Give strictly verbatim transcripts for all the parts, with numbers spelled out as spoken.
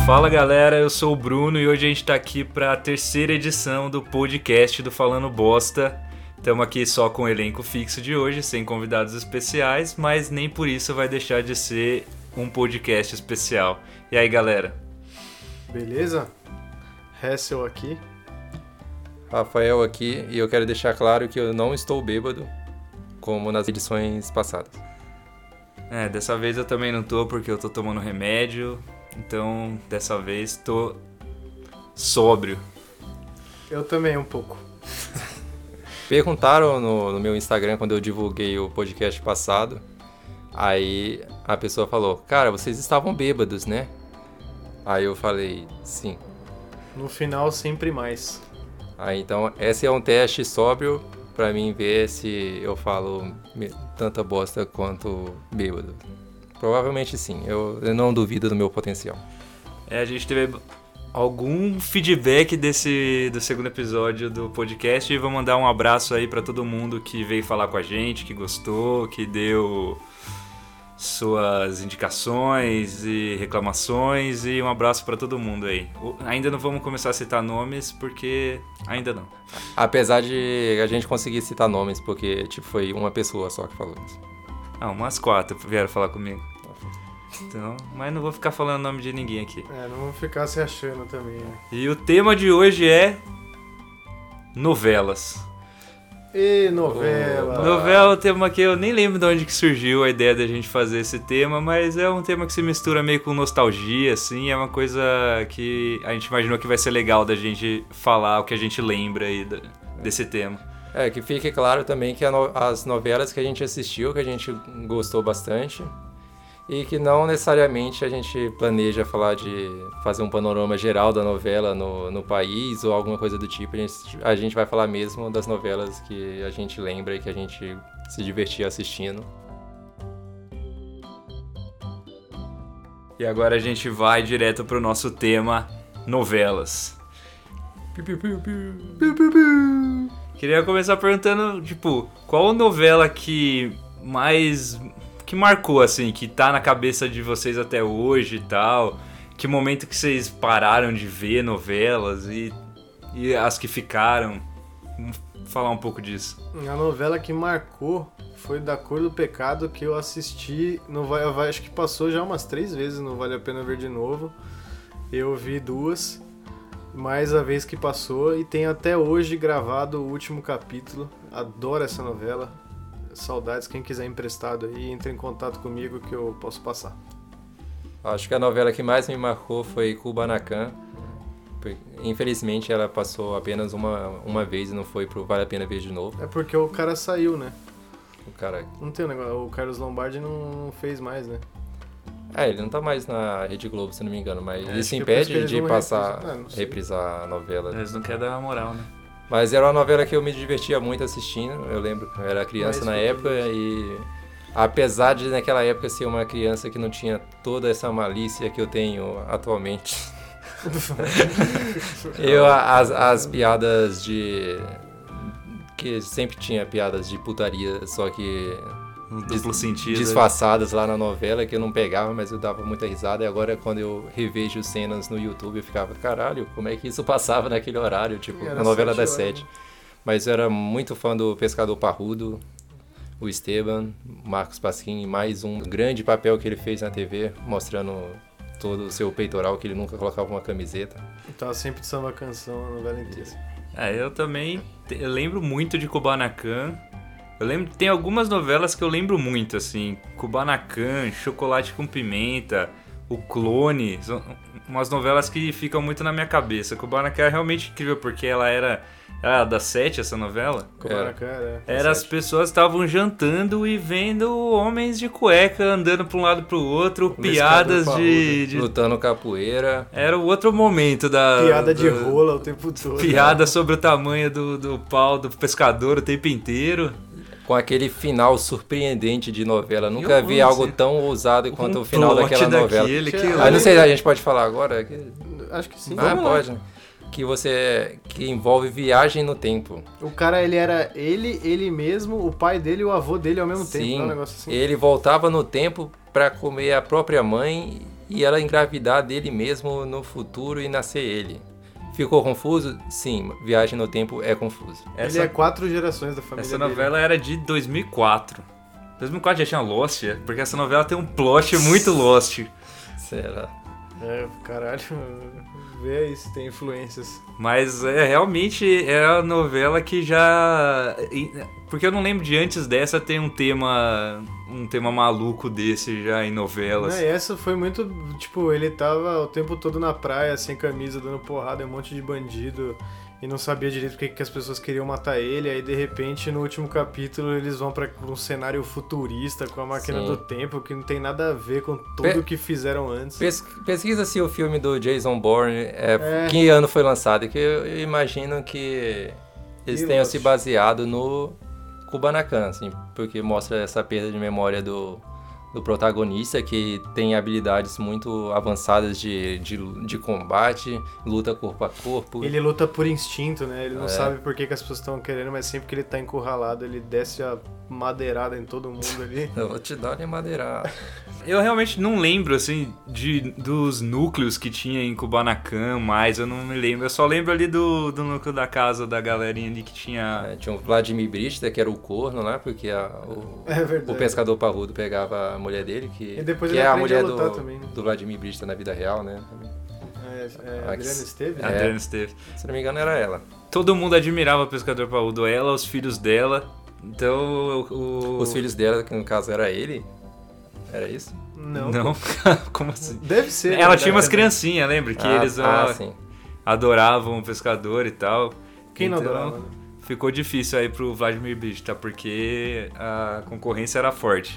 Fala galera, eu sou o Bruno e hoje a gente tá aqui para a terceira edição do podcast do Falando Bosta. Estamos aqui só com o elenco fixo de hoje, sem convidados especiais, mas nem por isso vai deixar de ser um podcast especial. E aí galera? Beleza? Hessel aqui. Rafael aqui, e eu quero deixar claro que eu não estou bêbado, como nas edições passadas. É, dessa vez eu também não tô porque eu tô tomando remédio. Então, dessa vez, tô sóbrio. Eu também, um pouco. Perguntaram no, no meu Instagram, quando eu divulguei o podcast passado, aí a pessoa falou, cara, vocês estavam bêbados, né? Aí eu falei, sim. No final, sempre mais. Aí, então, esse é um teste sóbrio pra mim ver se eu falo tanta bosta quanto bêbado. Provavelmente sim, eu, eu não duvido do meu potencial. É, a gente teve algum feedback desse do segundo episódio do podcast e vou mandar um abraço aí pra todo mundo que veio falar com a gente, que gostou, que deu suas indicações e reclamações, e um abraço pra todo mundo aí. Ainda não vamos começar a citar nomes porque ainda não. Apesar de a gente conseguir citar nomes, porque tipo, foi uma pessoa só que falou isso. Ah, umas quatro vieram falar comigo. Então, mas não vou ficar falando o nome de ninguém aqui. É, não vou ficar se achando também, né? E o tema de hoje é novelas. E novela. Oh, novela é um tema que eu nem lembro de onde que surgiu a ideia da gente fazer esse tema, mas é um tema que se mistura meio com nostalgia, assim, é uma coisa que a gente imaginou que vai ser legal da gente falar o que a gente lembra aí desse tema. É, que fique claro também que a no, as novelas que a gente assistiu, que a gente gostou bastante, e que não necessariamente a gente planeja falar de fazer um panorama geral da novela no, no país ou alguma coisa do tipo. A gente, a gente vai falar mesmo das novelas que a gente lembra e que a gente se divertia assistindo. E agora a gente vai direto pro nosso tema, novelas. Piu, piu, piu, piu. Piu, piu, piu. Queria começar perguntando, tipo, qual novela que mais... que marcou, assim, que tá na cabeça de vocês até hoje e tal? Que momento que vocês pararam de ver novelas e, e as que ficaram? Vamos falar um pouco disso. A novela que marcou foi Da Cor do Pecado, que eu assisti, não vai, acho que passou já umas três vezes, não vale a pena ver de novo. Eu vi duas, mais a vez que passou, e tenho até hoje gravado o último capítulo. Adoro essa novela. Saudades, quem quiser emprestado aí, entre em contato comigo que eu posso passar. Acho que a novela que mais me marcou foi Kubanacan. Infelizmente ela passou apenas uma, uma vez e não foi pro Vale a Pena Ver de novo. É porque o cara saiu, né? O cara... Não tem um negócio, o Carlos Lombardi não fez mais, né? É, ele não tá mais na Rede Globo, se não me engano, mas é, isso impede de passar, reprisar, não reprisar a novela. Eles não querem dar moral, né? Mas era uma novela que eu me divertia muito assistindo, eu lembro, eu era criança Mas na época e apesar de naquela época ser uma criança que não tinha toda essa malícia que eu tenho atualmente, eu as, as piadas de... que sempre tinha piadas de putaria, só que... Um duplo sentido. Disfarçadas lá na novela, que eu não pegava, mas eu dava muita risada. E agora, quando eu revejo cenas no YouTube, eu ficava, caralho, como é que isso passava naquele horário? Tipo, a novela das sete. Mas eu era muito fã do Pescador Parrudo, o Esteban, Marcos Pasquim, mais um grande papel que ele fez na T V, mostrando todo o seu peitoral, que ele nunca colocava uma camiseta. Tava sempre de samba canção a novela inteira. É, eu também eu lembro muito de Kubanacan. Eu lembro, tem algumas novelas que eu lembro muito, assim, Kubanacan, Chocolate com Pimenta, O Clone, são umas novelas que ficam muito na minha cabeça. Kubanacan é realmente incrível, porque ela era, era da sete, essa novela? Kubanacan, é. Era as pessoas estavam jantando e vendo homens de cueca andando pra um lado pro outro, o piadas de, de... lutando capoeira. Era o outro momento da... Piada do, de rola o tempo todo. Piada né? Sobre o tamanho do, do pau do pescador o tempo inteiro. Com aquele final surpreendente de novela. Nunca vi algo tão ousado quanto um o final daquela novela. Que ah, não sei se a gente pode falar agora. Acho que sim. Ah, pode. Que você que envolve viagem no tempo. O cara, ele era ele, ele mesmo, o pai dele e o avô dele ao mesmo Sim, tempo. Não é um negócio assim? Ele voltava no tempo pra comer a própria mãe e ela engravidar dele mesmo no futuro e nascer ele. Ficou confuso? Sim, Viagem no Tempo é confuso. Essa, ele é quatro gerações da família Essa dele. novela era de dois mil e quatro. dois mil e quatro já tinha Lost, porque essa novela tem um plot muito Lost. Será? É, caralho, vê aí se tem influências. Mas é, realmente é a novela que já... Porque eu não lembro de antes dessa ter um tema um tema maluco desse já em novelas. É, essa foi muito, tipo, ele tava o tempo todo na praia, sem camisa, dando porrada em um monte de bandido e não sabia direito porque que as pessoas queriam matar ele. Aí, de repente, no último capítulo, eles vão pra um cenário futurista com a máquina Sim. do tempo, que não tem nada a ver com tudo o Pe- que fizeram antes. Pes- pesquisa se o filme do Jason Bourne, é, É. que ano foi lançado, que eu, eu imagino que eles E tenham Lost. se baseado no Kubanacan, assim, porque mostra essa perda de memória do, do protagonista, que tem habilidades muito avançadas de, de, de combate, luta corpo a corpo. Ele luta por instinto, né? Ele não É. sabe por que, que as pessoas estão querendo, mas sempre que ele tá encurralado, ele desce a madeirada em todo mundo ali. Eu vou te dar uma madeirada. Eu realmente não lembro, assim, de, dos núcleos que tinha em Kubanacan, mas eu não me lembro. Eu só lembro ali do, do núcleo da casa da galerinha ali que tinha... É, tinha o Vladimir Brista, que era o corno lá, porque a, o, É verdade. o pescador parrudo pegava a mulher dele, que, E depois que ele é a aprende a mulher lutar do, também, né? do Vladimir Brista na vida real, né? É, é, Ah, Adriana Esteves? é. A Adriana Esteves. Se não me engano, era ela. Todo mundo admirava o pescador parrudo, ela, os filhos dela. Então, o... o- Os filhos dela, que no caso era ele, era isso? Não. Não? Como assim? Deve ser. Ela né, tinha umas cara? criancinhas, lembra? Que ah, eles ah, ó, sim. adoravam o pescador e tal. Quem não Então, adorava, né? ficou difícil aí pro Vladimir Brista, porque a concorrência era forte.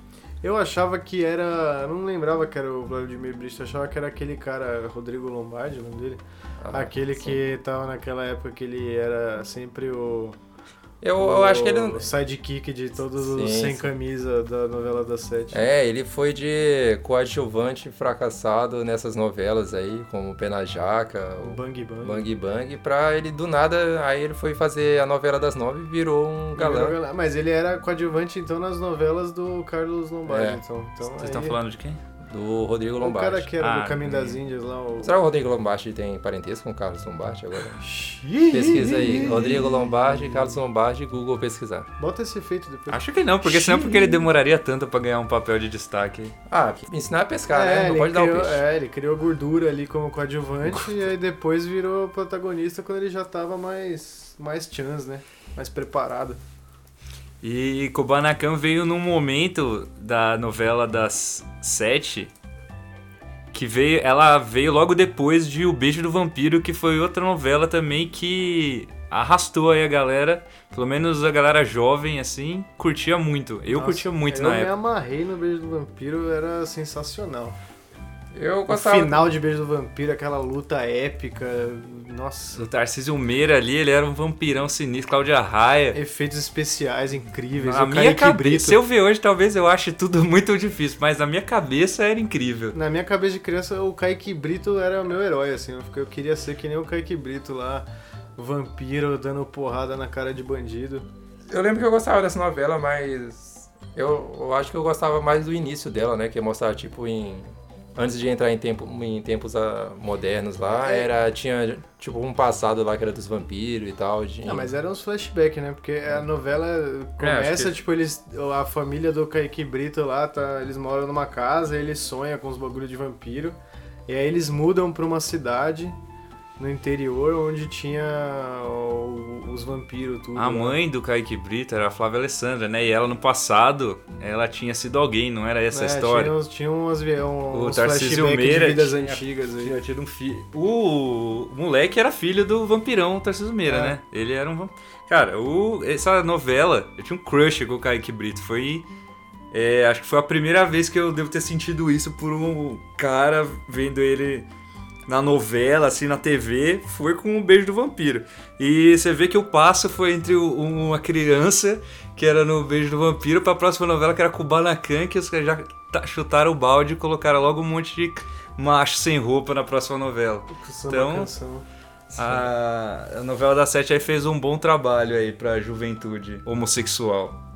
Eu achava que era... Eu não lembrava que era o Vladimir Brista. Eu achava que era aquele cara, Rodrigo Lombardi, o nome dele. Ah, aquele sim. que tava naquela época que ele era sempre o... Eu, eu acho que ele... O sidekick de todos os Sim, sem sim. camisa da novela das sete. É, ele foi de coadjuvante fracassado nessas novelas aí, como o Pé na Jaca, O o Bang Bang. Bang Bang, pra ele do nada, aí ele foi fazer a novela das nove e virou um galã. Mas ele era coadjuvante, então, nas novelas do Carlos Lombardi. É. então, então Vocês aí... estão falando de quem? Do Rodrigo O Lombardi. cara que era Ah, do Caminho hum. das Índias lá, o... Será que o Rodrigo Lombardi tem parentesco com o Carlos Lombardi agora? Xiii. Pesquisa aí, Rodrigo Lombardi, Carlos Lombardi, Google pesquisar. Bota esse efeito depois. Acho que não, porque senão porque ele demoraria tanto pra ganhar um papel de destaque. Ah, ensinar a pescar, é, né? Não ele pode criou, dar o peixe. É, ele criou gordura ali como coadjuvante e aí depois virou protagonista quando ele já tava mais, mais chance, né? Mais preparado. E Kubanacan veio num momento da novela das sete que veio, ela veio logo depois de O Beijo do Vampiro, que foi outra novela também que arrastou aí a galera, pelo menos a galera jovem assim, curtia muito. Eu Nossa, curtia muito eu na me época. amarrei no Beijo do Vampiro, era sensacional. Eu O gostava... final de Beijo do Vampiro, aquela luta épica, nossa. O Tarcísio Meira ali, ele era um vampirão sinistro, Cláudia Raia. Efeitos especiais incríveis. Na o minha Kaique cabeça, Brito. se eu ver hoje, talvez eu ache tudo muito difícil, mas na minha cabeça era incrível. Na minha cabeça de criança, o Kaique Brito era o meu herói, assim. Eu, eu queria ser que nem o Kaique Brito lá, vampiro, dando porrada na cara de bandido. Eu lembro que eu gostava dessa novela, mas eu, eu acho que eu gostava mais do início dela, né? Que mostrava, tipo, em... Antes de entrar em, tempo, em tempos ah, modernos lá, É. era, tinha tipo um passado lá que era dos vampiros e tal. De... Ah, mas eram uns flashbacks, né? Porque a novela começa, acho que- tipo, eles. A família do Kaique Brito lá, tá, eles moram numa casa, ele sonha com os bagulho de vampiro. E aí eles mudam pra uma cidade no interior onde tinha o- os vampiros, tudo. A lá. mãe do Kaique Brito era a Flávia Alessandra, né? E ela no passado, ela tinha sido alguém, não era essa a É, história? Tinha, uns- tinha umas, um, O uns Tarcísio flashbacks Meira de vidas tinha- antigas aí. Tinha tido um filho. O moleque era filho do vampirão Tarcísio Meira, É. né? Ele era um vampiro. Cara, o... essa novela, eu tinha um crush com o Kaique Brito. Foi. é, acho que foi a primeira vez que eu devo ter sentido isso por um cara vendo ele na novela, assim, na T V, foi com o Beijo do Vampiro. E você vê que o passo foi entre o- uma criança, que era no Beijo do Vampiro, pra próxima novela, que era Kubanacan, que os caras já ta- chutaram o balde e colocaram logo um monte de macho sem roupa na próxima novela. Samba Então, canção. A, a novela da Sete aí fez um bom trabalho aí pra juventude homossexual.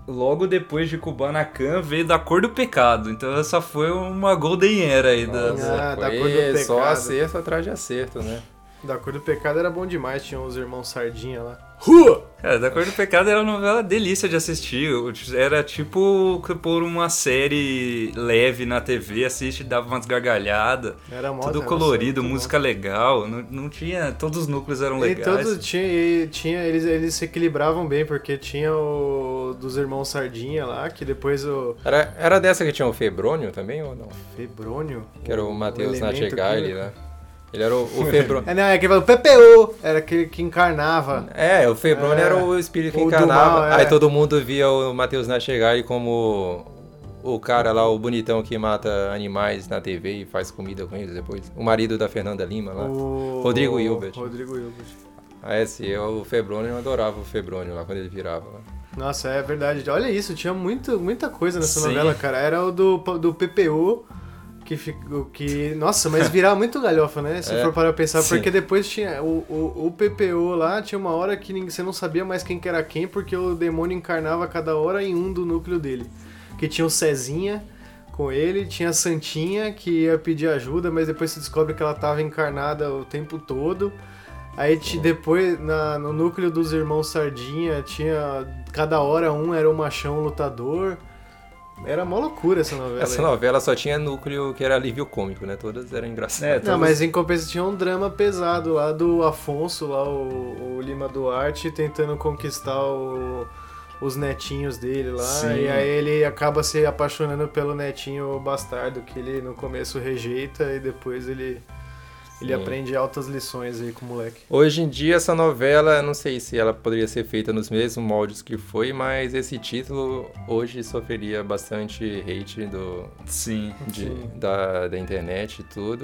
logo depois de Kubanacan veio Da Cor do Pecado. Então essa foi uma golden era aí. Da... Ah, Foi Da Cor do Pecado. só acerto atrás de acerto, né? Da Cor do Pecado era bom demais, tinha os irmãos Sardinha lá. Rua! Cara, Da Cor do Pecado era uma novela delícia de assistir. Era tipo por uma série leve na T V, assiste, dava umas gargalhadas. Era mó, Tudo era colorido, muito música legal. Não, não tinha. Todos os núcleos eram E legais. todos tinha, e tinha eles, eles se equilibravam bem, porque tinha o dos irmãos Sardinha lá, que depois o Era, era dessa que tinha o Febrônio também ou não? Febrônio, Que era o Matheus elemento Nachegali, químico. né? Ele era o, o Febrônio. É, não, é que o P P O era aquele que encarnava. É, o Febrônio É, era o espírito que o do encarnava. mal, é. Aí todo mundo via o Matheus Nachegali como o cara lá, o bonitão que mata animais na T V e faz comida com eles depois. O marido da Fernanda Lima lá. O Rodrigo Hilbert. Rodrigo Hilbert. Ah, esse é o Febrônio, eu adorava o Febrônio lá quando ele virava. Lá. Nossa, é verdade. Olha isso, tinha muito, muita coisa nessa Sim. novela, cara. Era o do, do P P O, que ficou. Que, nossa, mas virava muito galhofa, né? Se É, for para pensar, sim. porque depois tinha. O, o, o P P O lá tinha uma hora que ninguém- você não sabia mais quem que era quem, porque o demônio encarnava cada hora em um do núcleo dele. Que tinha o Cezinha com ele, tinha a Santinha que ia pedir ajuda, mas depois se descobre que ela tava encarnada o tempo todo. Aí te- depois, na, no núcleo dos irmãos Sardinha, tinha. Cada hora um era um machão lutador. Era mó loucura essa novela. Essa aí. novela só tinha núcleo que era alívio cômico, né? Todas eram engraçadas. É, Não, todas- mas em compensação tinha um drama pesado lá do Afonso, lá o, o Lima Duarte, tentando conquistar o- os netinhos dele lá. Sim. E aí ele acaba se apaixonando pelo netinho bastardo, que ele no começo rejeita e depois ele, ele Sim. aprende altas lições aí com o moleque. Hoje em dia, essa novela, não sei se ela poderia ser feita nos mesmos moldes que foi, mas esse título hoje sofreria bastante hate do, Sim. de- Sim. da, da internet e tudo.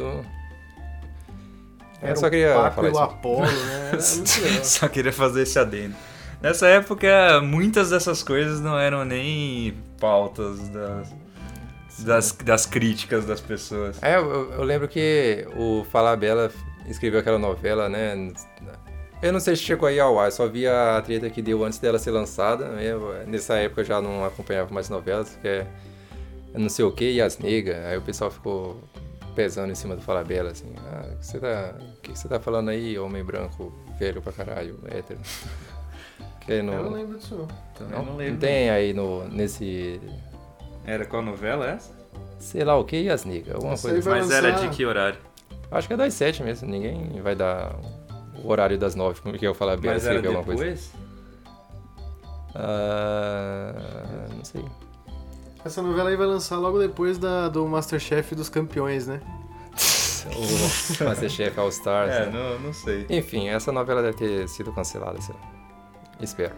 Era Eu só o queria Paco falar e o isso. Apolo, né? Era muito legal. Só queria fazer esse adendo. Nessa época, muitas dessas coisas não eram nem pautas das, das, das críticas das pessoas. É, eu, eu lembro que o Falabella escreveu aquela novela, né? Eu não sei se chegou aí ao ar, só vi a treta que deu antes dela ser lançada. Eu, nessa época eu já não acompanhava mais novelas, que é não sei o que, e as negras. Aí o pessoal ficou pesando em cima do Falabella, assim. Ah, o que você tá, o que você tá falando aí, homem branco, velho pra caralho, hétero? Que não, Eu não lembro disso não. Também não, não não lembro. tem aí no, nesse, Era qual novela essa? sei lá o que, e as negras, alguma Essa coisa aí assim. vai Mas era lançar- de que horário? Acho que é das sete mesmo, ninguém vai dar o horário das nove, como que eu falar bem, Mas era escrever alguma coisa. depois? Ah, não sei. Essa novela aí vai lançar logo depois da, do Masterchef dos Campeões, né? O Masterchef All Stars. É, né? não, não sei. Enfim, essa novela deve ter sido cancelada, sei lá. Espero.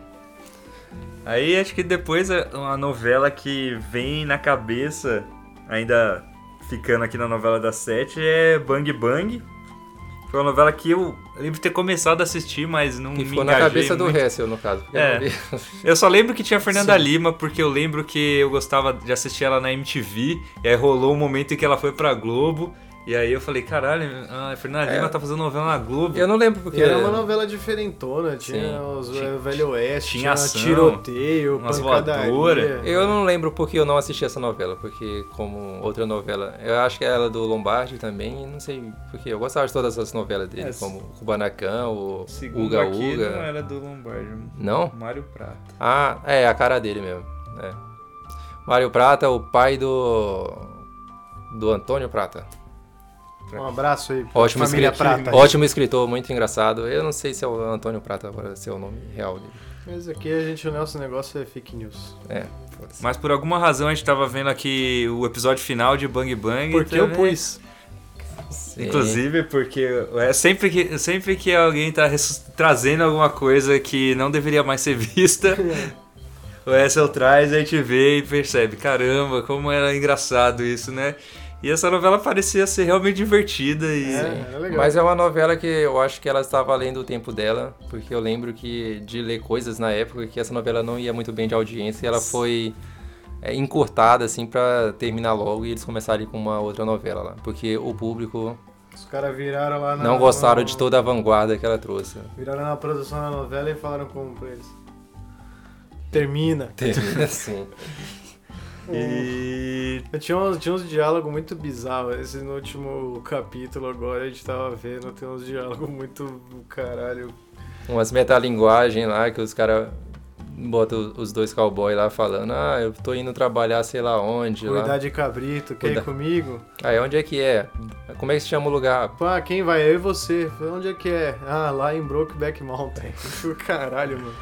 Aí acho que depois a- uma novela que vem na cabeça, ainda ficando aqui na novela das sete, é Bang Bang. Foi uma novela que eu lembro de ter começado a assistir, mas não Que me ficou na engajei cabeça do muito. Hessel, no caso. porque eu É. não vi. Eu só lembro que tinha a Fernanda Sim. Lima, porque eu lembro que eu gostava de assistir ela na M T V, e aí rolou um momento em que ela foi pra Globo, e aí eu falei, caralho, a Fernanda É. Lima tá fazendo novela na Globo. Eu não lembro porque... E era uma novela diferentona, tinha Sim. os Tinha- eh, Velho Oeste, tinha tinha, ação, tiroteio, umas pancadaria. voadoras. Eu não lembro porque eu não assisti essa novela, porque como outra novela, eu acho que é ela do Lombardi também, não sei porque, eu gostava de todas as novelas dele, É, como Kubanacan, o Segundo Uga aqui, Uga. não era do Lombardi. Não? Mário Prata. Ah, é, a cara dele mesmo. É. Mário Prata, o pai do. do Antônio Prata. Um abraço aí pra Ótimo família escritor, Prata. ótimo escritor, muito engraçado. Eu não sei se é o Antônio Prata agora, se é o nome real dele. Mas aqui a gente, o nosso negócio é fake news. É, foda-se. Mas por alguma razão a gente tava vendo aqui o episódio final de Bang Bang. Porque eu também. pus. Sim. Inclusive porque é sempre que, sempre que alguém tá ressus- trazendo alguma coisa que não deveria mais ser vista, o Hessel traz, a gente vê e percebe, caramba, como era engraçado isso, né? E essa novela parecia ser realmente divertida e... É, é legal. Mas é uma novela que eu acho que ela estava além do tempo dela, porque eu lembro que de ler coisas na época que essa novela não ia muito bem de audiência e ela foi é, encurtada assim pra terminar logo e eles começarem com uma outra novela lá, porque o público Os caras viraram lá na... não gostaram no- de toda a vanguarda que ela trouxe. Viraram na produção da novela e falaram como pra eles. Termina. Termina, sim. E... Tinha uns, tinha uns diálogos muito bizarros. Esse no último capítulo agora a gente tava vendo, tem uns diálogos muito do caralho. Umas metalinguagem lá que os caras botam os dois cowboys lá falando, ah, eu tô indo trabalhar sei lá onde. Cuidar lá. de cabrito, quer Cuida... ir comigo? Aí, onde é que é? Como é que se chama o lugar? Pá, quem vai? Eu e você. Onde é que é? Ah, lá em Brokeback Mountain. Caralho, mano.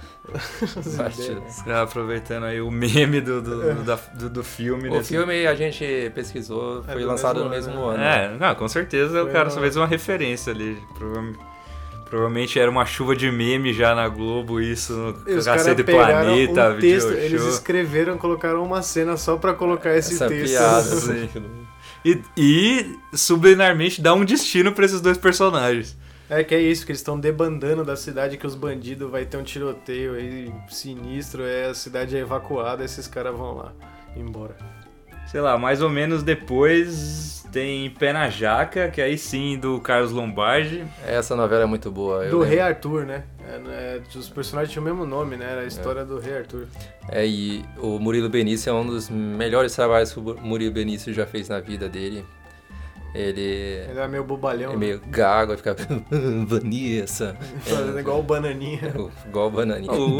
Tá aproveitando aí o meme do, do, do, da, do, do filme. O desse... filme a gente pesquisou, foi é lançado no mesmo mesmo ano. ano. É, né? Não, com certeza foi o cara uma... só fez uma referência ali. Provavelmente, provavelmente era uma chuva de meme já na Globo, isso no Cacete Planeta, um texto, eles escreveram, colocaram uma cena só pra colocar esse Essa texto. Piada, assim. e, e subliminarmente dá um destino pra esses dois personagens. É que é isso, que eles estão debandando da cidade, que os bandidos vai ter um tiroteio aí sinistro, é, a cidade é evacuada, esses caras vão lá, embora. Sei lá, mais ou menos depois tem Pé na Jaca, que aí sim, do Carlos Lombardi. Essa novela é muito boa. Eu do lembro. Rei Arthur, né? É, é, os personagens tinham o mesmo nome, né? Era a história é. do Rei Arthur. É, e o Murilo Benício é um dos melhores trabalhos que o Murilo Benício já fez na vida dele. Ele... Ele é meio bobalhão. É meio gago, fica... Vanessa. Fazendo é, igual o Bananinha. Igual o Bananinha. O,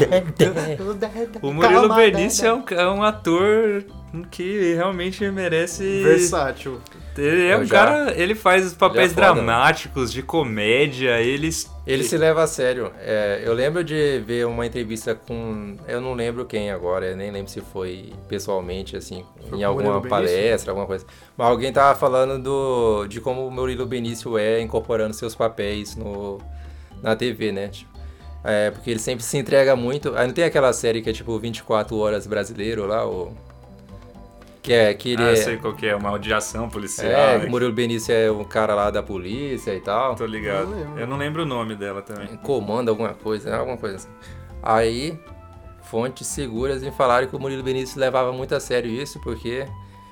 o Murilo Benício é um, é um ator que realmente merece... Versátil. Ele é Eu um já... cara... Ele faz papéis ele é foda, dramáticos, né? De comédia, eles... Ele se leva a sério. É, eu lembro de ver uma entrevista com... Eu não lembro quem agora, eu nem lembro se foi pessoalmente, assim, foi em alguma palestra, alguma coisa. Mas alguém tava falando do, de como o Murilo Benício é incorporando seus papéis no, na T V, né? Tipo, é, porque ele sempre se entrega muito... Aí não tem aquela série que é tipo vinte e quatro horas brasileiro lá, o... Que é, que ele ah, é... sei qual que é, uma audiação policial. É, o Murilo Benício é um cara lá da polícia e tal. Tô ligado. Não eu não lembro o nome dela também. Comanda alguma coisa, né? Alguma coisa assim. Aí, fontes seguras me falaram que o Murilo Benício levava muito a sério isso, porque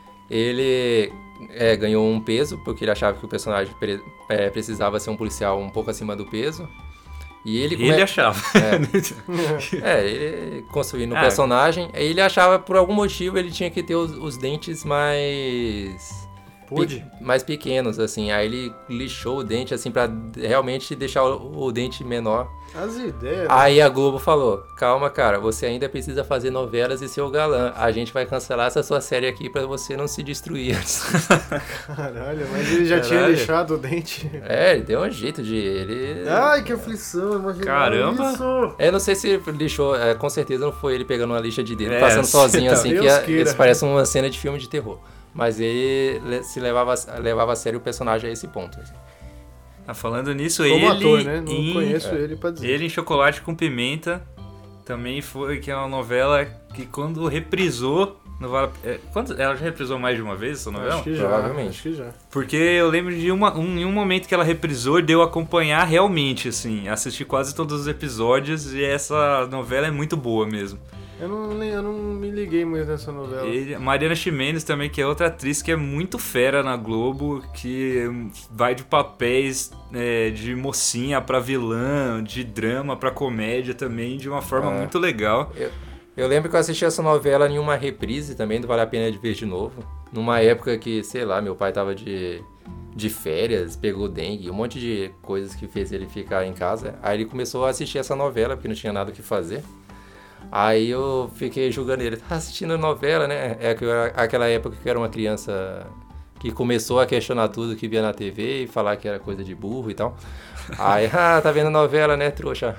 ele é, ganhou um peso, porque ele achava que o personagem pre- é, precisava ser um policial um pouco acima do peso. E ele, ele come... achava. É, é, ele construindo o ah, personagem, ele achava por algum motivo ele tinha que ter os, os dentes mais... Pude. Pe- mais pequenos, assim. Aí ele lixou o dente, assim, pra realmente deixar o, o dente menor. As ideias. Aí a Globo falou, calma, cara, você ainda precisa fazer novelas e ser o galã. A gente vai cancelar essa sua série aqui pra você não se destruir. Caralho, mas ele já Caralho. tinha lixado o dente. É, ele deu um jeito de... ele. Ai, que aflição, imagina Caramba. isso. Eu não sei se lixou, é, com certeza não foi ele pegando uma lixa de dedo, é, passando sozinho, assim, Deus que a, queira. isso parece uma cena de filme de terror. Mas ele se levava, levava a sério o personagem a esse ponto. Assim. Ah, falando nisso, Como ele... ator, né? Não em, conheço é, ele pra dizer. Ele em Chocolate com Pimenta também foi, que é uma novela que quando reprisou... Não vale, é, quando, ela já reprisou mais de uma vez essa novela? Acho que já, provavelmente. Acho que já. Porque eu lembro de uma, um, em um momento que ela reprisou, deu acompanhar realmente, assim. Assisti quase todos os episódios e essa novela é muito boa mesmo. Eu não, eu não me liguei muito nessa novela. E Mariana Ximenes também, que é outra atriz que é muito fera na Globo, que vai de papéis é, de mocinha pra vilã, de drama pra comédia também, de uma forma é. muito legal. Eu, eu lembro que eu assisti essa novela em uma reprise também, do Vale a Pena de Ver de Novo. Numa época que, sei lá, meu pai tava de, de férias, pegou dengue, um monte de coisas que fez ele ficar em casa. Aí ele começou a assistir essa novela, porque não tinha nada o que fazer. Aí eu fiquei julgando ele, tá assistindo novela, né? É aquela época que eu era uma criança que começou a questionar tudo que via na T V e falar que era coisa de burro e tal. Aí, ah, tá vendo novela, né, trouxa?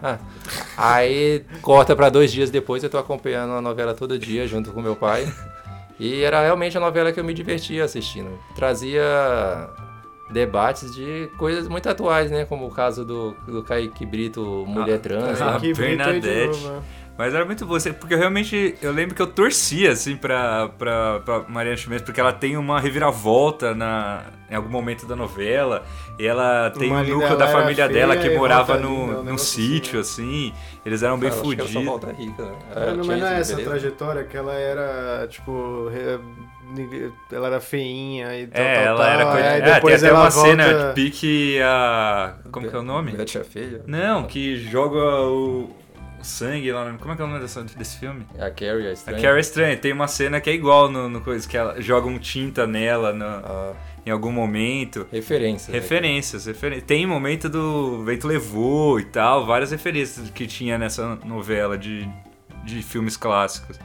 Aí corta pra dois dias depois, eu tô acompanhando a novela todo dia junto com meu pai. E era realmente a novela que eu me divertia assistindo. Trazia debates de coisas muito atuais, né? Como o caso do, do Kaique Brito, mulher ah, trans. A Kaique Brito aí de Bernadette. novo, né? Mas era muito bom, porque eu realmente, eu lembro que eu torcia, assim, pra, pra, pra Mariana Ximenes, porque ela tem uma reviravolta na, em algum momento da novela, e ela tem um núcleo da família feia, dela que morava no, linda, no sítio, assim, eles eram bem ah, fudidos. Acho que ela só volta rica, né? É, não, mas não é essa beleza. trajetória que ela era, tipo, ela era feinha e tal, É, tal, ela tal, era coisa... aí É, depois tem até ela uma volta... cena de pique a... Como que é o nome? Bete a Feia? Não, que joga o... sangue lá. Como é que é o nome dessa, desse filme? A Carrie é estranha. A Carrie é estranha. Tem uma cena que é igual no, no coisa, que ela joga um tinta nela no, ah. em algum momento. Referências. Referências. Né? Refer... Tem momento do Vento Levou e tal, várias referências que tinha nessa novela de, de filmes clássicos.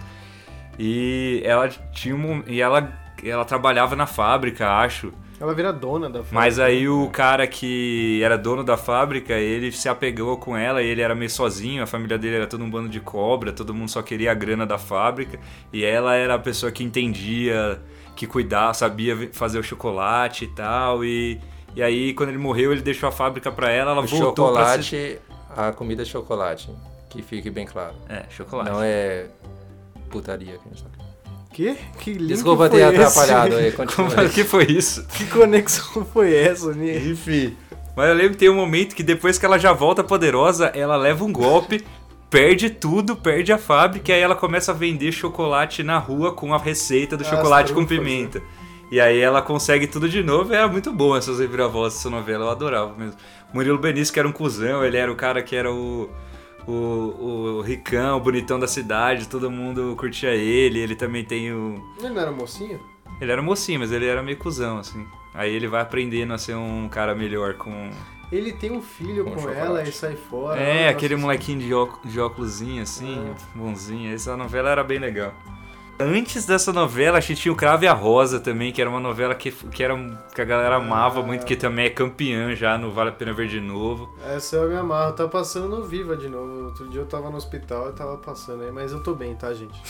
E ela tinha um, e ela, ela trabalhava na fábrica, acho. Ela vira dona da fábrica. Mas aí o cara que era dono da fábrica, ele se apegou com ela e ele era meio sozinho, a família dele era todo um bando de cobra, todo mundo só queria a grana da fábrica. E ela era a pessoa que entendia, que cuidava, sabia fazer o chocolate e tal. E, e aí quando ele morreu, ele deixou a fábrica pra ela, ela o voltou chocolate, pra se... a comida é chocolate, que fique bem claro. É, chocolate. Não é putaria que a gente tá. Que? Que link Desculpa foi ter esse? atrapalhado aí, continua. Como, que foi isso? Que conexão foi essa, né? Enfim. Mas eu lembro que tem um momento que depois que ela já volta poderosa, ela leva um golpe, perde tudo, perde a fábrica, e aí ela começa a vender chocolate na rua com a receita do As chocolate trufas, com pimenta. Né? E aí ela consegue tudo de novo, e era muito bom essas reviravoltas dessa novela, eu adorava mesmo. Murilo Benício, que era um cuzão, ele era o cara que era o... O, o ricão, o bonitão da cidade, todo mundo curtia ele, ele também tem o... Ele não era mocinho? Ele era mocinho, mas ele era meio cuzão, assim. Aí ele vai aprendendo a ser um cara melhor com... Ele tem um filho com, com ela e sai fora. É, aquele assim. molequinho de, óculos, de óculosinho, assim, é. bonzinho. Essa novela era bem legal. Antes dessa novela, a gente tinha o Cravo e a Rosa também, que era uma novela que, que, era, que a galera amava ah. muito, que também é campeã já no Vale a Pena Ver de Novo. Essa eu me amarro, tá passando no Viva de novo. Outro dia eu tava no hospital e tava passando aí, mas eu tô bem, tá, gente?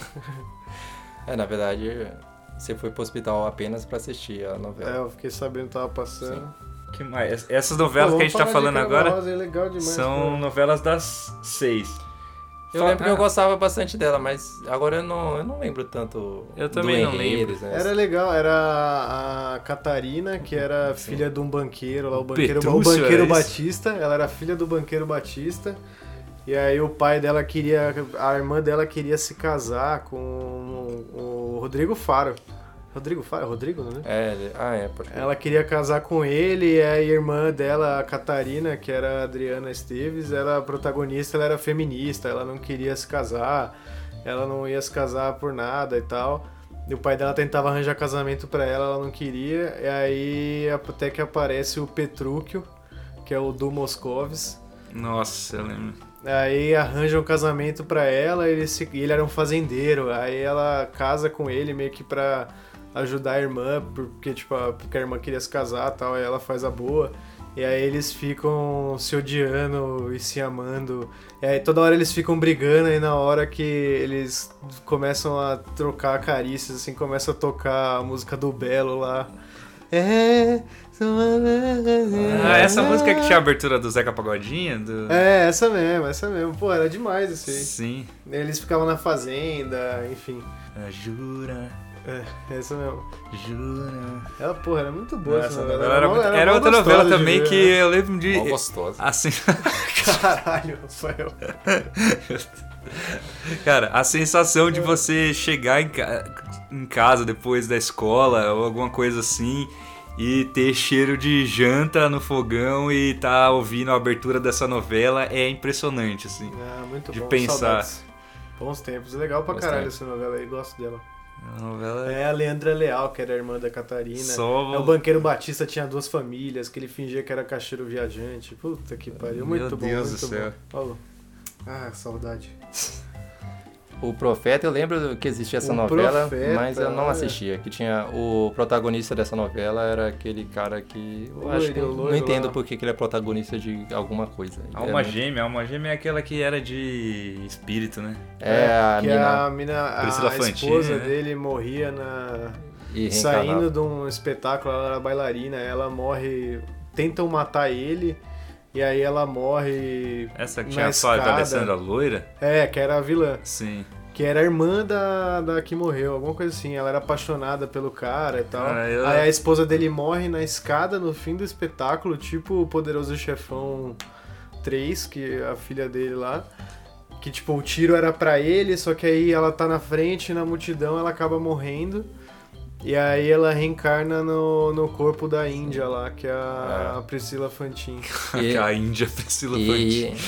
É, na verdade, você foi pro hospital apenas pra assistir a novela. É, eu fiquei sabendo que tava passando. Sim. Que mais? Essas novelas Pô, que a gente tá falando agora Rosa, é legal demais, são pô. novelas das seis. Eu lembro que eu gostava bastante dela, mas agora eu não, eu não lembro tanto. Eu também não lembro. Né? Era legal, era a Catarina, que era Sim. filha de um banqueiro lá, o banqueiro, o banqueiro Batista. Ela era filha do banqueiro Batista. E aí o pai dela queria, a irmã dela queria se casar com o Rodrigo Faro. Rodrigo Faro? Rodrigo, não é? É, ah, é, pode Ela queria casar com ele e a irmã dela, a Catarina, que era a Adriana Esteves, era a protagonista, ela era feminista, ela não queria se casar, ela não ia se casar por nada e tal. E o pai dela tentava arranjar casamento pra ela, ela não queria, e aí até que aparece o Petrúquio, que é o Du Moscovis. Nossa, eu lembro. Aí arranja um casamento pra ela, ele, se, ele era um fazendeiro, aí ela casa com ele meio que pra ajudar a irmã, porque, tipo, a, porque a irmã queria se casar e tal, aí ela faz a boa. E aí eles ficam se odiando e se amando. E aí toda hora eles ficam brigando, e na hora que eles começam a trocar carícias, assim, começa a tocar a música do Belo lá. É... Ah, essa música que tinha a abertura do Zeca Pagodinho? Do... É, essa mesmo, essa mesmo. Pô, era demais esse aí. Sim. Eles ficavam na fazenda, enfim. É, jura... É, essa mesmo. Jura. Ela, porra, era muito boa essa novela. Era, era, muito, era, era outra novela também que ver, eu lembro de. Mó gostosa. Assim. Caralho, Rafael. Cara, a sensação de você chegar em, ca... em casa depois da escola ou alguma coisa assim e ter cheiro de janta no fogão e tá ouvindo a abertura dessa novela é impressionante, assim. É, muito de bom. pensar. Saudades. Bons tempos. Legal pra Bons caralho tempos. essa novela aí, gosto dela. A novela é... é a Leandra Leal, que era a irmã da Catarina. Só... É o banqueiro Batista, tinha duas famílias, que ele fingia que era caixeiro viajante. Puta que pariu, muito Meu bom. Deus muito do céu. Bom. Ah, saudade. O Profeta, eu lembro que existia essa O novela, Profeta, mas eu não olha. assistia. Que tinha o protagonista dessa novela era aquele cara que eu Loiro, acho que eu loiro não entendo lá. porque que ele é protagonista de alguma coisa. Ele Alma é muito- Gêmea, Alma Gêmea é aquela que era de espírito, né? É, a que mina a mina, Priscila a Fantini, esposa né? dele morria na... e Saindo reencarnava. de um espetáculo, ela era bailarina, ela morre, tentam matar ele, e aí ela morre Essa que na tinha a Flávia escada. Alessandra Loira? É, que era a vilã, Sim. que era a irmã da, da que morreu, alguma coisa assim, ela era apaixonada pelo cara e tal. Ah, eu- Aí a esposa dele morre na escada no fim do espetáculo, tipo o Poderoso Chefão três, que é a filha dele lá. Que tipo, o tiro era pra ele, só que aí ela tá na frente, na multidão, ela acaba morrendo. E aí ela reencarna no, no corpo da Índia lá, que é a, É. a Priscila Fantini. E- a Índia Priscila E, Fantini.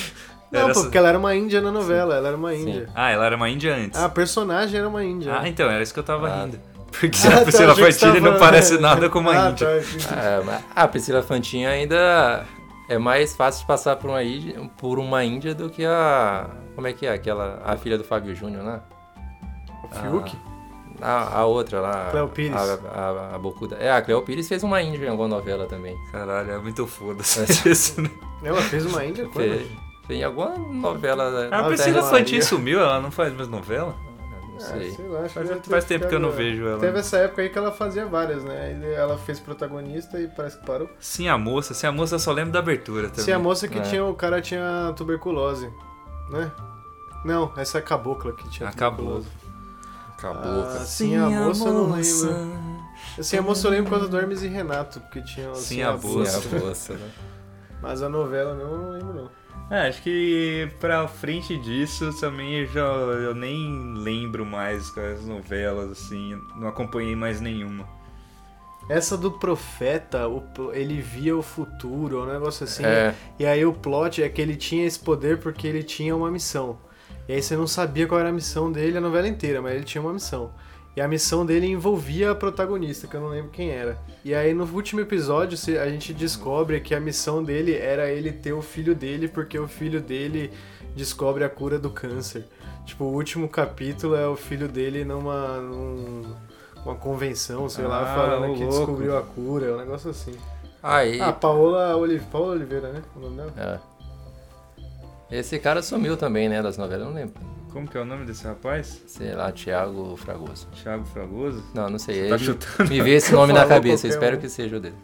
Não, Era pô, só- porque ela era uma índia na novela, ela era uma Sim. índia. Ah, ela era uma índia antes. Ah, a personagem era uma índia. Ah, então, era isso que eu tava Ah. rindo. Porque Ah, a Priscila achei que você Fantilli tava não falando- parece nada com uma ah, índia. Tá, entendi. É, mas a Priscila Fantin ainda é mais fácil de passar por uma índia, por uma índia do que a... Como é que é? Aquela... A filha do Fábio Júnior, né? O Fiuk? A, a outra lá. Cleo Pires. A, a, a Bocuda. É, a Cleo Pires fez uma índia em alguma novela também. Caralho, é muito foda-se isso, né? Ela fez uma índia quando? Fez, fez em alguma novela. A Ah, Priscila Maria. Fantin sumiu, ela não faz mais novela? Não Ah, sei. sei lá, acho que Faz, deve ter faz tempo que eu não ficado- vejo ela. Teve essa época aí que ela fazia várias, né? Aí ela fez protagonista e parece que parou. Sim, a moça. Sim, a moça eu só lembro da abertura também. Se a moça que É. tinha, o cara tinha tuberculose, né? Não, essa é a cabocla que tinha A tuberculose. Acabou, Ah, cara. sim, a moça eu não lembro. Assim, a moça eu lembro por causa do Hermes e Renato, porque tinha Sim, assim, a Sim, bolsa. a bolsa, né? Mas a novela não, eu não lembro não. É, acho que pra frente disso também eu já eu nem lembro mais com as novelas, assim, não acompanhei mais nenhuma. Essa do profeta, o- ele via o futuro, um negócio assim. É. E aí o plot é que ele tinha esse poder porque ele tinha uma missão. E aí você não sabia qual era a missão dele a novela inteira, mas ele tinha uma missão. E a missão dele envolvia a protagonista, que eu não lembro quem era. E aí no último episódio se- a gente descobre que a missão dele era ele ter o filho dele, porque o filho dele descobre a cura do câncer. Tipo, o último capítulo é o filho dele numa, num- uma convenção, sei lá, Ah, falando ô que louco. descobriu a cura, é um negócio assim. Aí. Ah, Paola, Olive, Paola Oliveira, né? O nome dela? É. Esse cara sumiu também, né, das novelas, eu não lembro. Como que é o nome desse rapaz? Sei lá, Thiago Fragoso. Thiago Fragoso? Não, não sei. Tá Ele chutando. me vê esse nome na Falou cabeça, eu qualquer espero um. que seja o dele.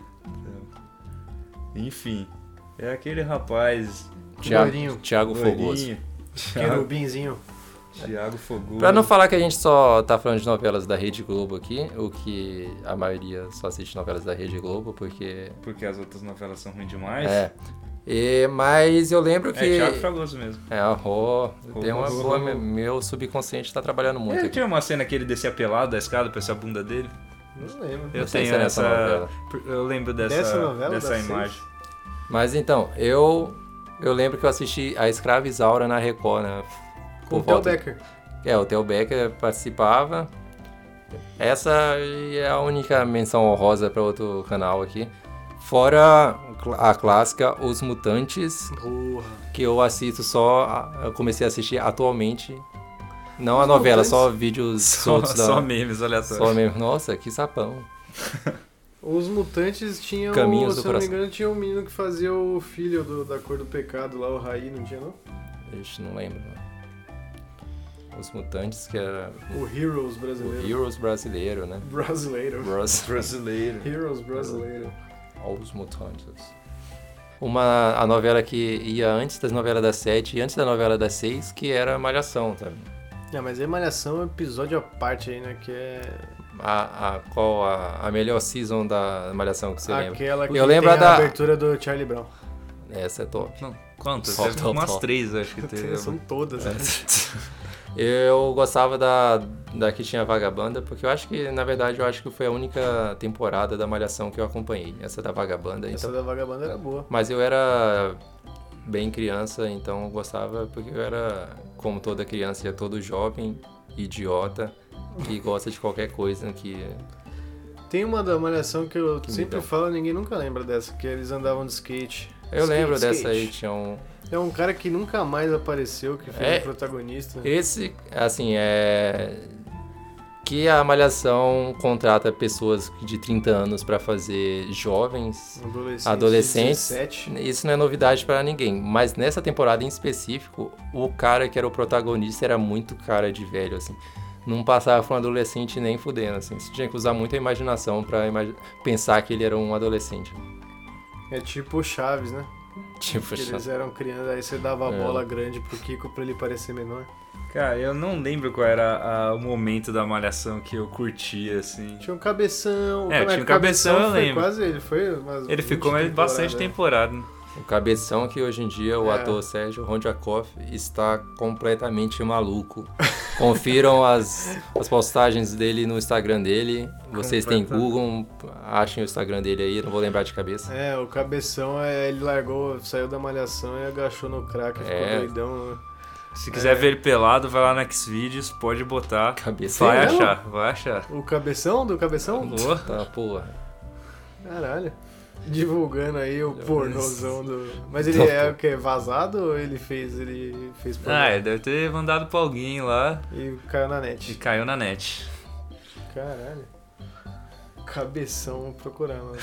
Enfim, é aquele rapaz... Thiago, Loirinho. Thiago Fogoso. loirinho. Thiago, Querubinzinho. Thiago Fogoso. Pra não falar que a gente só tá falando de novelas da Rede Globo aqui, o que a maioria só assiste novelas da Rede Globo, porque... Porque as outras novelas são ruins demais. É. E, mas eu lembro que... É Thiago Fragoso mesmo. É, ó, tem uma Oh, boa... oh, oh. Meu subconsciente tá trabalhando muito Ele aqui. tinha uma cena que ele descia pelado da escada pra essa bunda dele. Não lembro. Eu sei tenho se é nessa essa... novela. Eu lembro dessa, Dessa novela, dessa da imagem. Mas então, eu... Eu lembro que eu assisti A Escrava Isaura na Record, né? Com o Por Theo volta- Becker. É, o Theo Becker participava. Essa é a única menção honrosa para outro canal aqui. Fora a clássica Os Mutantes, Porra. que eu assisto só... Eu comecei a assistir atualmente. Não a Os novela, Mutantes? só vídeos Só, soltos da... só memes aleatórios. Só mesmo. Nossa, que sapão. Os Mutantes tinham, Caminhos do se eu não me Coração. engano, tinha um menino que fazia o filho do- da Cor do Pecado lá, o Raí, não tinha não? Ixi, não lembro. Não. Os Mutantes, que era O Heroes o brasileiro. Heroes brasileiro, né? Brasileiro. Bros. Brasileiro. Heroes brasileiro. Os Mutantes. Uma, a novela que ia antes das novelas das sete e antes da novela das seis, que era Malhação também. Ah, mas aí Malhação é um episódio à parte aí, né? Que é A, a, qual a, a melhor season da Malhação que você lembra? aquela que Eu lembro tem da- a abertura do Charlie Brown. Essa é top. Não, quantas? Top, Teve top, umas top. três, acho que teve. São todas. né? Eu gostava da, da que tinha Vagabanda, porque eu acho que, na verdade, eu acho que foi a única temporada da Malhação que eu acompanhei. Essa da Vagabanda. Essa Então, da Vagabanda era boa. mas eu era bem criança, então eu gostava porque eu era, como toda criança, e todo jovem, idiota, que gosta de qualquer coisa que... Tem uma da Malhação que eu Que sempre me dá. falo, ninguém nunca lembra dessa, que eles andavam de skate. Eu Skate, lembro dessa skate. aí, tinha um... É um cara que nunca mais apareceu, que fez É. o protagonista. Esse, assim, é... Que a Malhação contrata pessoas de trinta anos pra fazer jovens, Adolescente, adolescentes. dezessete. Isso não é novidade pra ninguém. Mas nessa temporada em específico, o cara que era o protagonista era muito cara de velho, assim. Não passava por um adolescente nem fudendo, assim. Você tinha que usar muita imaginação pra imagi- pensar que ele era um adolescente. É tipo o Chaves, né? Tipo, Que eles eram crianças, aí você dava a É. bola grande pro Kiko pra ele parecer menor. Cara, eu não lembro qual era a- o momento da Malhação que eu curtia, assim. Tinha um cabeção. É, como tinha um Cabeção, eu foi lembro. quase ele. Foi umas Ele vinte ficou mais bastante temporadas. temporada. o cabeção que hoje em dia o É. ator Sérgio Rondjakov está completamente maluco. Confiram as, as postagens dele no Instagram dele. Vocês têm Google, achem o Instagram dele aí, não vou lembrar de cabeça. É, o Cabeção, é, ele largou, saiu da malhação e agachou no crack, ficou É. doidão. Se quiser É. ver ele pelado, vai lá no Xvideos, pode botar. Cabeção? Vai Sim, achar, vai achar. O Cabeção do Cabeção? Boa. Tá, porra. Caralho. Divulgando aí o pornozão do... Mas ele Tá, é pô. o quê? Vazado ou ele fez, ele fez pornô? Ah, ele deve ter mandado pra alguém lá E caiu na e net. caiu na net. Caralho. Cabeção, vou procurar. Mano.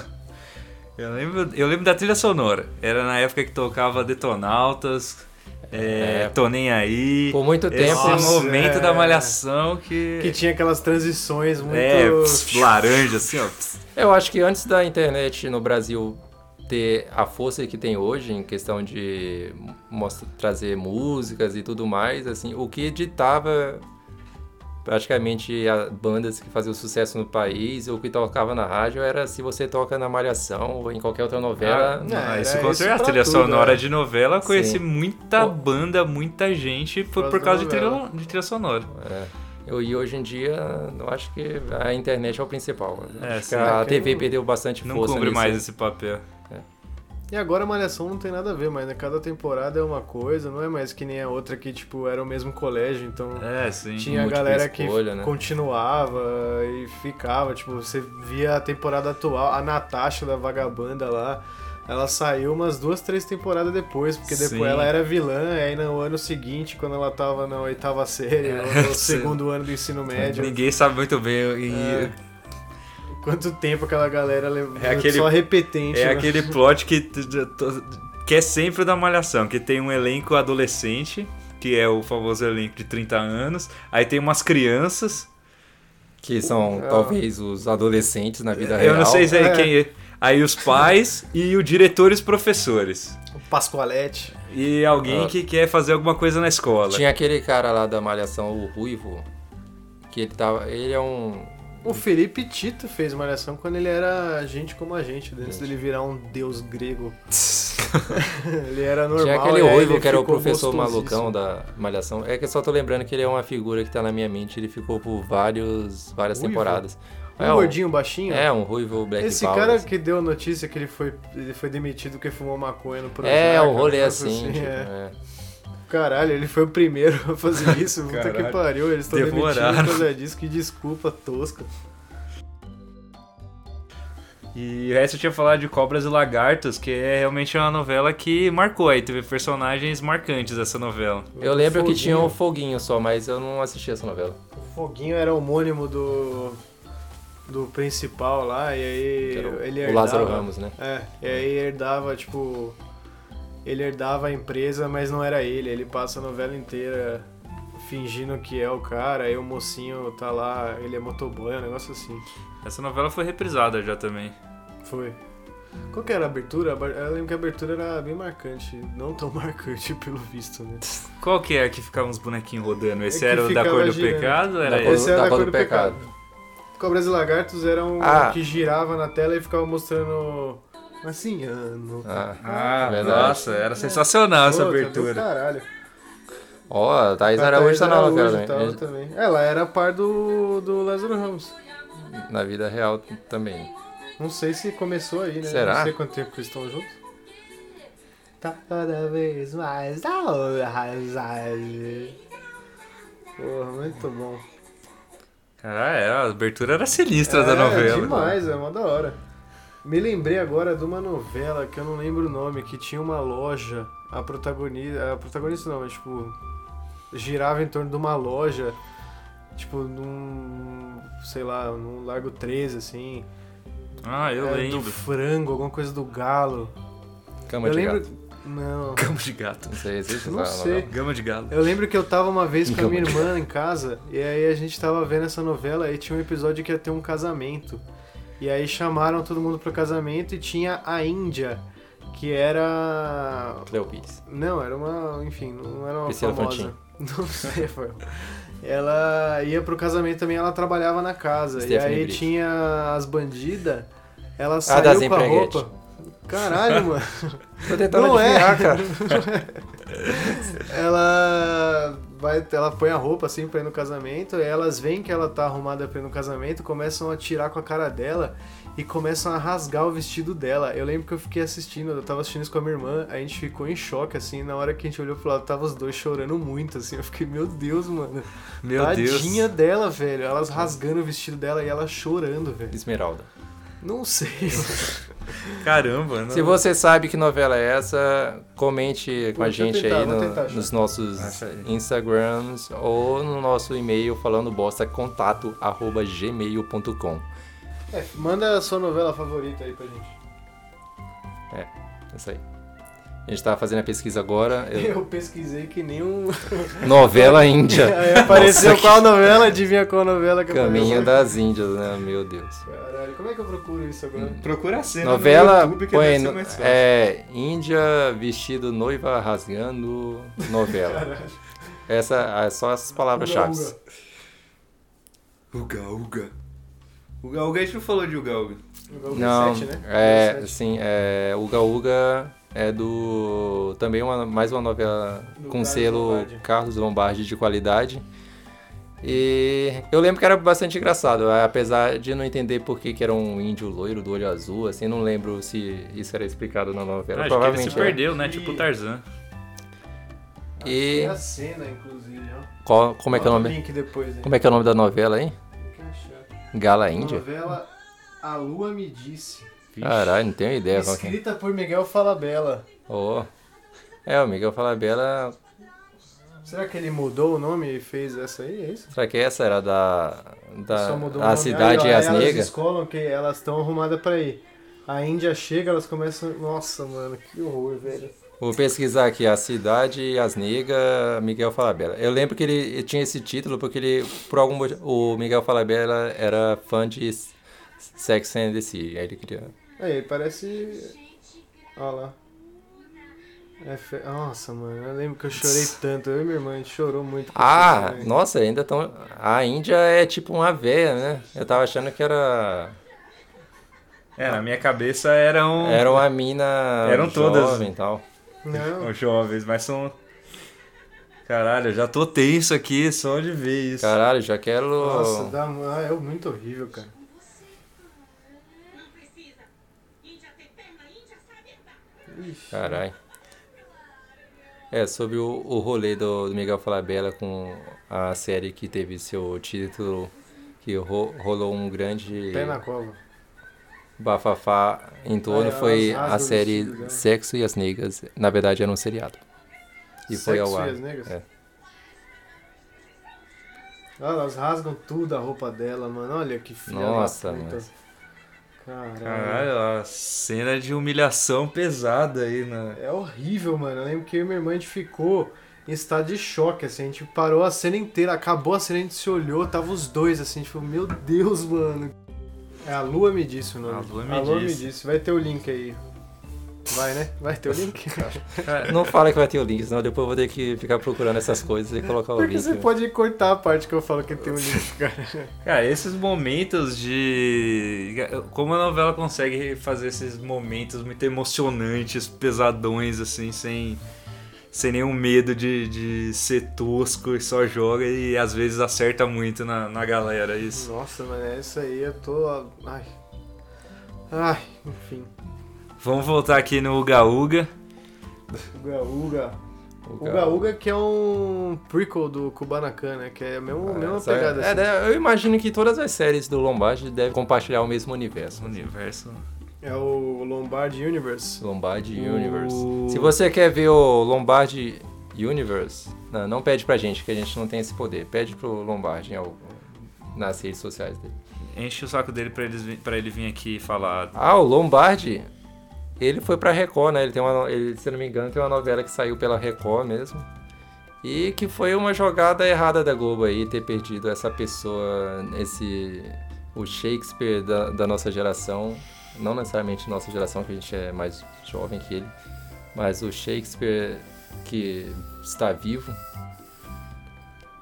Eu lembro, eu lembro da trilha sonora. Era na época que tocava Detonautas, é, É. Tô Nem Aí. Por muito Esse tempo. Nossa, momento é. da malhação que... Que tinha aquelas transições muito... É, pss, laranja, assim, ó. pss. Eu acho que antes da internet no Brasil ter a força que tem hoje em questão de mostra, trazer músicas e tudo mais, assim, o que editava praticamente as bandas que faziam sucesso no país, o que tocava na rádio era se você toca na Malhação ou em qualquer outra novela. Ah, É, ah, isso era com isso certeza. A pra trilha tudo, sonora é. de novela, eu conheci Sim. muita Pô. banda, muita gente por, Por por causa causa de da trilha, novela. de trilha sonora. É. Eu, e hoje em dia, eu acho que a internet é o principal. É, acho sim. que a É, T V quem- perdeu bastante Não força cumpre nisso. mais esse papel. E agora a Malhação não tem nada a ver, mas né? Cada temporada é uma coisa, não é mais que nem a outra que, tipo, era o mesmo colégio, então... É, sim. Tinha a múltipla galera escolha, que né? continuava e ficava, tipo, você via a temporada atual, a Natasha da Vagabanda lá, ela saiu umas duas, três temporadas depois, porque depois Sim. ela era vilã, e aí no ano seguinte, quando ela tava na oitava série, É, ou no sim. segundo ano do ensino médio, Ninguém sabe muito bem. E É. quanto tempo aquela galera levou, É aquele- só repetente, é né? aquele plot que, t- t- t- que é sempre da Malhação, que tem um elenco adolescente, que é o famoso elenco de trinta anos, aí tem umas crianças, Que são, Ah. talvez, os adolescentes na vida real. eu não sei se é, É. quem é, aí os pais e o diretor e os professores. O Pascoalete. E alguém Ah. que quer fazer alguma coisa na escola. Tinha aquele cara lá da Malhação, o Ruivo, que ele tava... Ele é um... O Felipe Tito fez Malhação quando ele era gente como a gente, antes dele virar um deus grego. Ele era normal. Tinha aquele e aí Ruivo ele que era o ficou professor gostosíssimo. malucão da Malhação. É que eu só tô lembrando que ele é uma figura que tá na minha mente. Ele ficou por vários, várias Ruivo? temporadas. Um é, gordinho baixinho? É, um Ruivo Black Esse Power, cara assim. que deu a notícia que ele foi, ele foi demitido porque fumou maconha no Projac. É, o rolê um assim, negócio tipo, é. é. Caralho, ele foi o primeiro a fazer isso. Puta que Caralho. pariu, eles estão demitindo Demoraram. por causa disso. Que desculpa tosca. E o resto eu tinha falado de Cobras e Lagartos, que é realmente uma novela que marcou aí, teve personagens marcantes essa novela. Eu lembro que Foguinho. tinha o Foguinho só, mas eu não assisti essa novela. O Foguinho era homônimo do do principal lá, e aí Que era o- ele o herdava, Lázaro Ramos, né? É, e aí herdava, tipo, ele herdava a empresa, mas não era ele, ele passa a novela inteira fingindo que é o cara, aí o mocinho tá lá, ele é motoboy, um negócio assim. Essa novela foi reprisada já também. Foi. Qual que era a abertura? Eu lembro que a abertura era bem marcante, não tão marcante pelo visto, né? Qual que é que ficava uns bonequinhos rodando? Esse É que era o da ficava Cor do girando. Pecado? Ou era Da Cor- esse? Esse era da da Cor Cor do do Pecado. Pecado. Cobras e Lagartos eram Ah. que girava na tela e ficava mostrando assim, ano. Ah, Ah, verdade. nossa, era sensacional essa Pô, tá do abertura. Caralho. Ó, a Thaís A Araújo Thaís tá na Araújo novela tava também. também. Ela era par do, do Lázaro Ramos. Na vida real também. Não sei se começou aí, né? Será? Não sei quanto tempo que eles estão juntos. Tá cada vez mais da horizonte. Porra, muito bom. Caralho, é, a abertura era sinistra da É, novela. demais, é mó da hora. Me lembrei agora de uma novela que eu não lembro o nome, que tinha uma loja, a protagonista, a protagonista não, mas tipo, girava em torno de uma loja, tipo, num, sei lá, num Largo treze, assim. Ah, eu É, lembro. Do frango, alguma coisa do galo. Cama eu de lembro... gato. Não... Gama de gato. Não sei, existe Não essa sei. novela? Gama de galo. Eu lembro que eu tava uma vez com a Cama minha de irmã em casa, e aí a gente tava vendo essa novela e tinha um episódio que ia ter um casamento. E aí chamaram todo mundo pro casamento e tinha a Índia, que era... Cleo Pires. Não, era uma... Enfim, não era uma Priscila famosa. Fantin. Não sei, foi. Ela ia pro casamento também, ela trabalhava na casa. Stephanie e aí Brito. tinha as bandidas, ela das saiu com a empreguete. roupa... Caralho, mano. Tô tentando Não é. adivinhar, cara. Ela vai, ela põe a roupa assim pra ir no casamento, e elas veem que ela tá arrumada pra ir no casamento, começam a tirar com a cara dela e começam a rasgar o vestido dela. Eu lembro que eu fiquei assistindo, eu tava assistindo isso com a minha irmã, a gente ficou em choque, assim, na hora que a gente olhou pro lado, tava os dois chorando muito, assim, eu fiquei, meu Deus, mano. Meu Tadinha Deus. dela, velho, elas rasgando o vestido dela e ela chorando, velho. Esmeralda. Não sei. Caramba, não. Se você sabe que novela é essa, comente com a Deixa eu gente tentar, aí vou no- tentar achar. nos nossos Acha aí. Instagrams ou no nosso e-mail falando bosta contato arroba gmail ponto com. É, manda a sua novela favorita aí pra gente. É, isso aí. A gente tava fazendo a pesquisa agora. eu- Eu pesquisei que nem um... Novela índia. Aí apareceu Nossa, qual novela, adivinha qual novela que Caminho apareceu. das Índias, né? Meu Deus. Caralho, como é que eu procuro isso agora? Procura a cena Novela, no YouTube que põe, deve ser no- mais fácil. é, Índia vestido noiva rasgando novela. Essa é só as palavras-chave. Uga, Uga, Uga. Uga, Uga, a gente não falou de Uga, Uga. Uga, Uga Não, sete, né? é, Uga sete. sim, é, Uga Uga é do, também uma, mais uma novela Do com Carlos selo Lombardi. Carlos Lombardi de qualidade. E eu lembro que era bastante engraçado, apesar de não entender por que, que era um índio loiro do olho azul, assim, não lembro se isso era explicado na novela. Ah, acho que ele Provavelmente se é. perdeu, né? E- Tipo Tarzan. E Tem a cena, inclusive, ó. qual, como é que é o Bota nome? link depois, hein? Como é que é o nome da novela aí? Tem que achar. Gala Índia? Novela A Lua Me Disse. Caralho, não tenho ideia qual que é. Escrita por Miguel Falabella. Oh. É, o Miguel Falabella. Será que ele mudou o nome e fez essa aí? É isso? Será que essa era da. Só da mudou o a nome. Cidade Aí, ó, e as aí Elas Negras? escolam que elas estão arrumadas pra ir. A Índia chega, elas começam... Nossa, mano, que horror, velho. Vou pesquisar aqui, A Cidade e as Negras, Miguel Falabella. Eu lembro que ele tinha esse título porque ele, por algum motivo, o Miguel Falabella era fã de Sex and the City. Aí ele queria. Aí, parece... Olha lá. É fe... Nossa, mano, eu lembro que eu chorei tanto. Eu e minha irmã, a gente chorou muito. com Ah, isso também. nossa, ainda tão. A Índia é tipo uma véia, né? Eu tava achando que era. É, na minha cabeça eram Era uma mina. Eram todas. jovem e tal. Não, os jovens, mas são... Caralho, eu já tô tenso aqui só de ver isso. Caralho, já quero. nossa, dá... ah, é muito horrível, cara. Ixi. Caralho. É, sobre o, o rolê do, do Miguel Falabella com a série que teve seu título, que ro- rolou um grande Pé na cova. bafafá em torno, Ah, foi elas a rasgam o série vestido dela. Sexo e as Negras. Na verdade era um seriado. E foi Sexo ao ar. e as Negras? É. Ah, elas rasgam tudo a roupa dela, mano. Olha que filha Nossa, da puta. mas- Caralho. Caralho, a cena de humilhação pesada aí, né? É horrível, mano. Eu lembro que eu e minha irmã a gente ficou em estado de choque, assim. A gente parou a cena inteira, acabou a cena, a gente se olhou, tava os dois, assim. A gente falou, meu Deus, mano. É A Lua Me Disse o nome. A Lua Me Disse. Disse. Vai ter o link aí. Vai, né? Vai ter o link? Não fala que vai ter o link, senão depois eu vou ter que ficar procurando essas coisas e colocar o Porque link. você pode cortar a parte que eu falo que tem o link, cara. Cara, esses momentos de... Como a novela consegue fazer esses momentos muito emocionantes, pesadões, assim, sem, sem nenhum medo de, de ser tosco e só joga e às vezes acerta muito na, na galera, isso. Nossa, mano, essa aí eu tô... Ai. Ai, enfim. Vamos voltar aqui no Uga Uga. Uga Uga. O Uga Uga que é um prequel do Kubanacan, né? Que é a mesma, mesma Essa- pegada, é, assim. é, eu imagino que todas as séries do Lombardi devem compartilhar o mesmo universo. Universo. É o Lombardi Universe. Lombardi O- Universe. Se você quer ver o Lombardi Universe, não, não pede pra gente, que a gente não tem esse poder. Pede pro Lombardi em algum- nas redes sociais dele. Enche o saco dele pra, eles, vi- pra ele vir aqui falar. Ah, o Lombardi, ele foi pra Record, né? Ele tem uma, ele, se eu não me engano, tem uma novela que saiu pela Record mesmo. E que foi uma jogada errada da Globo aí, ter perdido essa pessoa, esse... o Shakespeare da, da nossa geração. Não necessariamente nossa geração, que a gente é mais jovem que ele. Mas o Shakespeare que está vivo.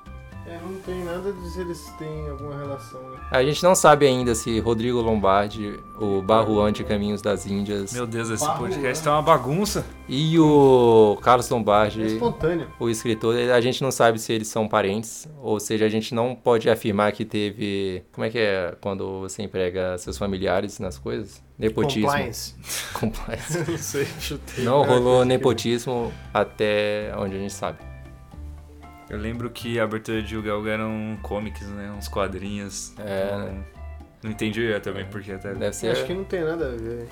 É, não tem nada de se eles têm alguma relação, né? A gente não sabe ainda se Rodrigo Lombardi, o Barruan de Caminhos das Índias... Meu Deus, esse Barruan. podcast tá uma bagunça. E o Carlos Lombardi, É espontâneo. o escritor, a gente não sabe se eles são parentes, ou seja, a gente não pode afirmar que teve... Como é que é quando você emprega seus familiares nas coisas? Nepotismo. Compliance. Compliance. Não sei, chutei. Não rolou nepotismo até onde a gente sabe. Eu lembro que a abertura de Uga Uga eram comics, né? Uns quadrinhos. É, Não, né? não entendi eu também, porque até... Deve ser Acho que não tem nada a ver.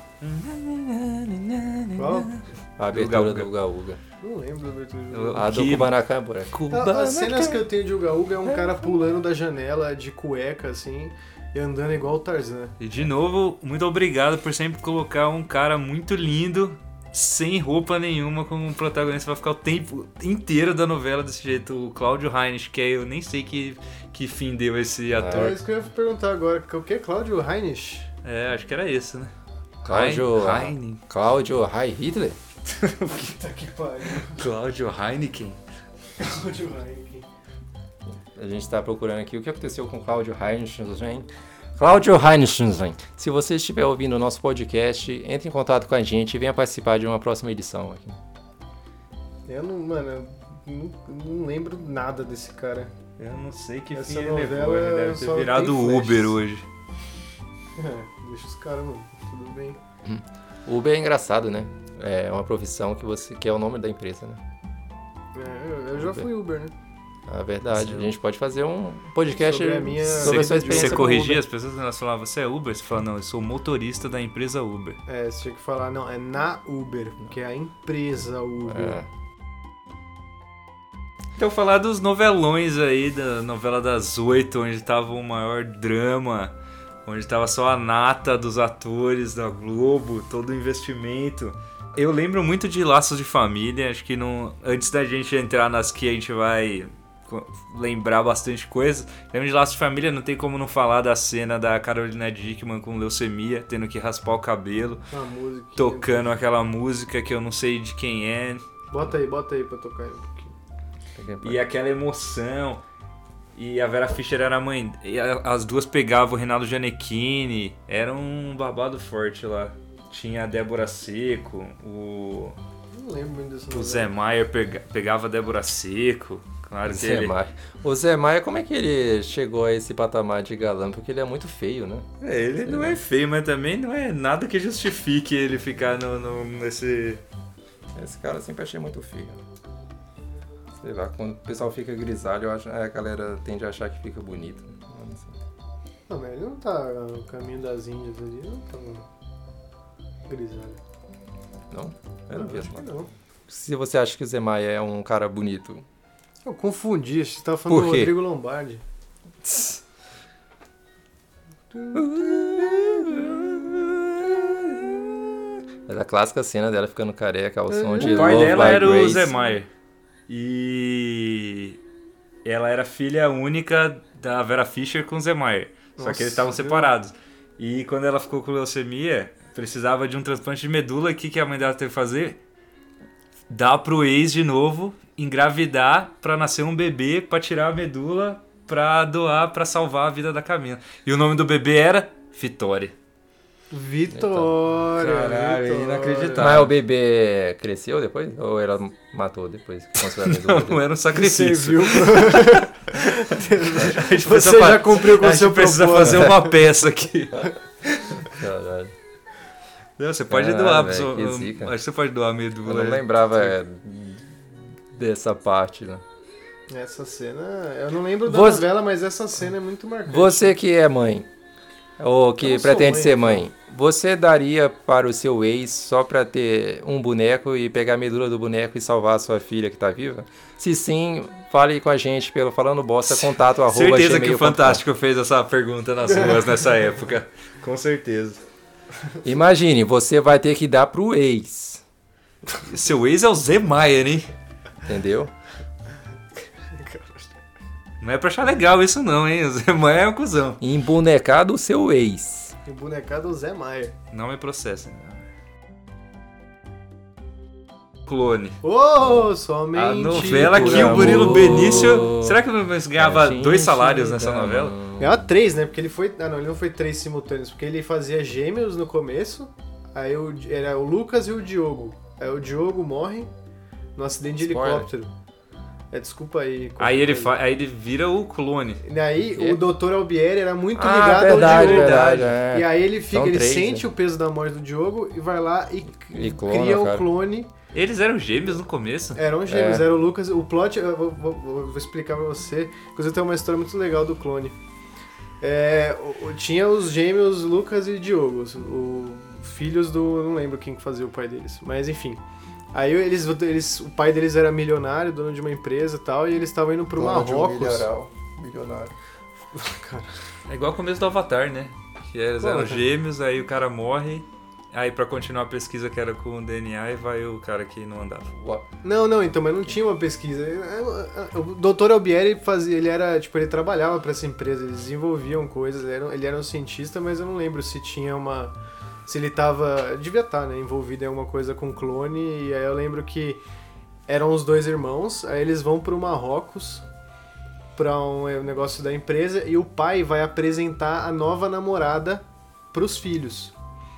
Qual? a abertura Uga do Uga Uga. Não lembro da abertura de Eu- Uga Uga. A do Que- Kubanacan, buraco. Ah, As cenas que eu tenho de Uga Uga é um cara pulando da janela de cueca, assim, e andando igual o Tarzan. E de novo, muito obrigado por sempre colocar um cara muito lindo, sem roupa nenhuma, como protagonista. Vai ficar o tempo inteiro da novela desse jeito. O Cláudio Heinrich, que eu nem sei que, que fim deu esse É ator. isso que eu ia perguntar agora. O que é Cláudio Heinrich? É, acho que era esse, né? Cláudio, Heine. Cláudio High Hitler? Puta que pariu. Cláudio Heineken. Cláudio Heinrich. A gente está procurando aqui o que aconteceu com Cláudio Heinrich. Cláudio Heinrich, se você estiver ouvindo o nosso podcast, entre em contato com a gente e venha participar de uma próxima edição aqui. Eu não, mano, eu não, não lembro nada desse cara. Eu não sei que Essa fim ele novela levou. Ele deve só ter virado tem flashes. Uber hoje. É, deixa os caras, mano. Tudo bem. Uber é engraçado, né? É uma profissão que você que é o nome da empresa, né? É, eu, eu já fui Uber, né? A verdade. Sim. A gente pode fazer um podcast Sobre a minha- sobre a sua Você, experiência você com corrigia Uber. as pessoas quando elas falavam, você é Uber? Você fala, não, eu sou motorista da empresa Uber. É, você tinha que falar, não, é na Uber, porque é a empresa Uber. É. Então, falar dos novelões aí, da novela das oito, onde tava o maior drama, onde tava só a nata dos atores da Globo, todo o investimento. Eu lembro muito de Laços de Família, acho que não, antes da gente entrar nas que a gente vai co- lembrar bastante coisa, lembro de Laços de Família, não tem como não falar da cena da Carolina Dickmann com leucemia, tendo que raspar o cabelo, Uma música. tocando aquela música que eu não sei de quem é. Bota aí, bota aí pra tocar aí um pouquinho. E aquela emoção. E a Vera Fischer era a mãe. E a- as duas pegavam o Reinaldo Gianecchini. Era um babado forte lá. Tinha a Débora Seco. O, Não lembro muito dessa o novela. Zé Maier pega- pegava a Débora Seco. Claro que Zé ele... Maia. O Zé Maia, como é que ele chegou a esse patamar de galã? Porque ele é muito feio, né? É, ele não é feio, mas também não é nada que justifique ele ficar no, no- nesse... Esse cara eu sempre achei muito feio. Sei lá, quando o pessoal fica grisalho, eu acho, a galera tende a achar que fica bonito. Não sei. Não, mas ele não tá no caminho das Índias ali, não tá no grisalho. Não? Eu não vi essa acho que foto. não. Se você acha que o Zé Maia é um cara bonito, Eu confundi, acho que você tava falando Por do quê? Rodrigo Lombardi. é da clássica cena dela ficando careca ao som de O pai Love dela by era Grace. o Zé Maier. E ela era filha única da Vera Fischer com o Zé Maier. Só que Nossa, eles estavam viu? separados. E quando ela ficou com leucemia, precisava de um transplante de medula. O que, que a mãe dela teve que fazer? Dar pro ex de novo, engravidar pra nascer um bebê, pra tirar a medula, pra doar, pra salvar a vida da Camila. E o nome do bebê era Vitória. Vitória! Caralho, Vitória. inacreditável. Mas o bebê cresceu depois? Ou ela matou depois? que conseguiu a medula dele? Não, era um sacrifício. Serviu. A gente Você precisa já fa- cumpriu com a o gente seu precisa propósito. fazer uma peça aqui. Caralho. Não, você pode Caralho, doar. velho, pessoal. que Eu- zica. acho que você pode doar a Eu medula. não lembrava é, dessa parte, né? Essa cena, eu não lembro da Você- novela, mas essa cena é muito marcante. Você que é mãe, ou Eu que não sou pretende mãe, ser então. mãe, você daria para o seu ex só pra ter um boneco e pegar a medula do boneco e salvar a sua filha que tá viva? Se sim, fale com a gente pelo Falando Bosta, contato arroba Certeza que gmail o ponto com. Fantástico fez essa pergunta nas ruas nessa época. Com certeza. Imagine, você vai ter que dar pro ex, Seu ex é o Zé Maier, hein? entendeu? Não é pra achar legal isso não, hein? O Zé Maier é um cuzão. Embonecar do seu ex. E bonecado Zé Maier. Não me processem. Clone. Oh, somente A novela que o Murilo Benício... Será que o Murilo Benício ganhava dois salários nessa novela? Ganhava três, né? Porque ele foi... Ah, não, ele não foi três simultâneos. Porque ele fazia gêmeos no começo. Aí o... era o Lucas e o Diogo. Aí o Diogo morre no acidente de Spoiler. helicóptero. É, desculpa aí. Aí ele, fa... aí ele vira o clone. E aí É. o doutor Albieri era muito Ah, ligado verdade, ao Diogo. verdade, é. E aí ele fica, São ele três, sente né? o peso da morte do Diogo e vai lá e, E clona, cria o cara. clone. Eles eram gêmeos no começo? Eram gêmeos, É. era o Lucas. O plot, eu vou, vou- vou explicar pra você. Inclusive tem uma história muito legal do clone. É, o- o- tinha os gêmeos Lucas e Diogo, os- o, filhos do. Não lembro quem que fazia o pai deles, mas enfim. Aí eles, eles, o pai deles era milionário, dono de uma empresa e tal, e eles estavam indo pro Dono de um Marrocos. milharal, milionário. Cara, É igual o começo do Avatar, né? Que eles Pô, eram cara. gêmeos, aí o cara morre. Aí pra continuar a pesquisa que era com o D N A, e vai o cara que não andava. não, não, então, mas não tinha uma pesquisa. O doutor Albieri fazia, ele era, tipo, ele trabalhava pra essa empresa, eles desenvolviam coisas, ele era, ele era um cientista, mas eu não lembro se tinha uma... Se ele tava... Devia estar, né, envolvido em alguma coisa com clone, e aí eu lembro que eram os dois irmãos, aí eles vão pro Marrocos, pra um é, um negócio da empresa, e o pai vai apresentar a nova namorada pros filhos.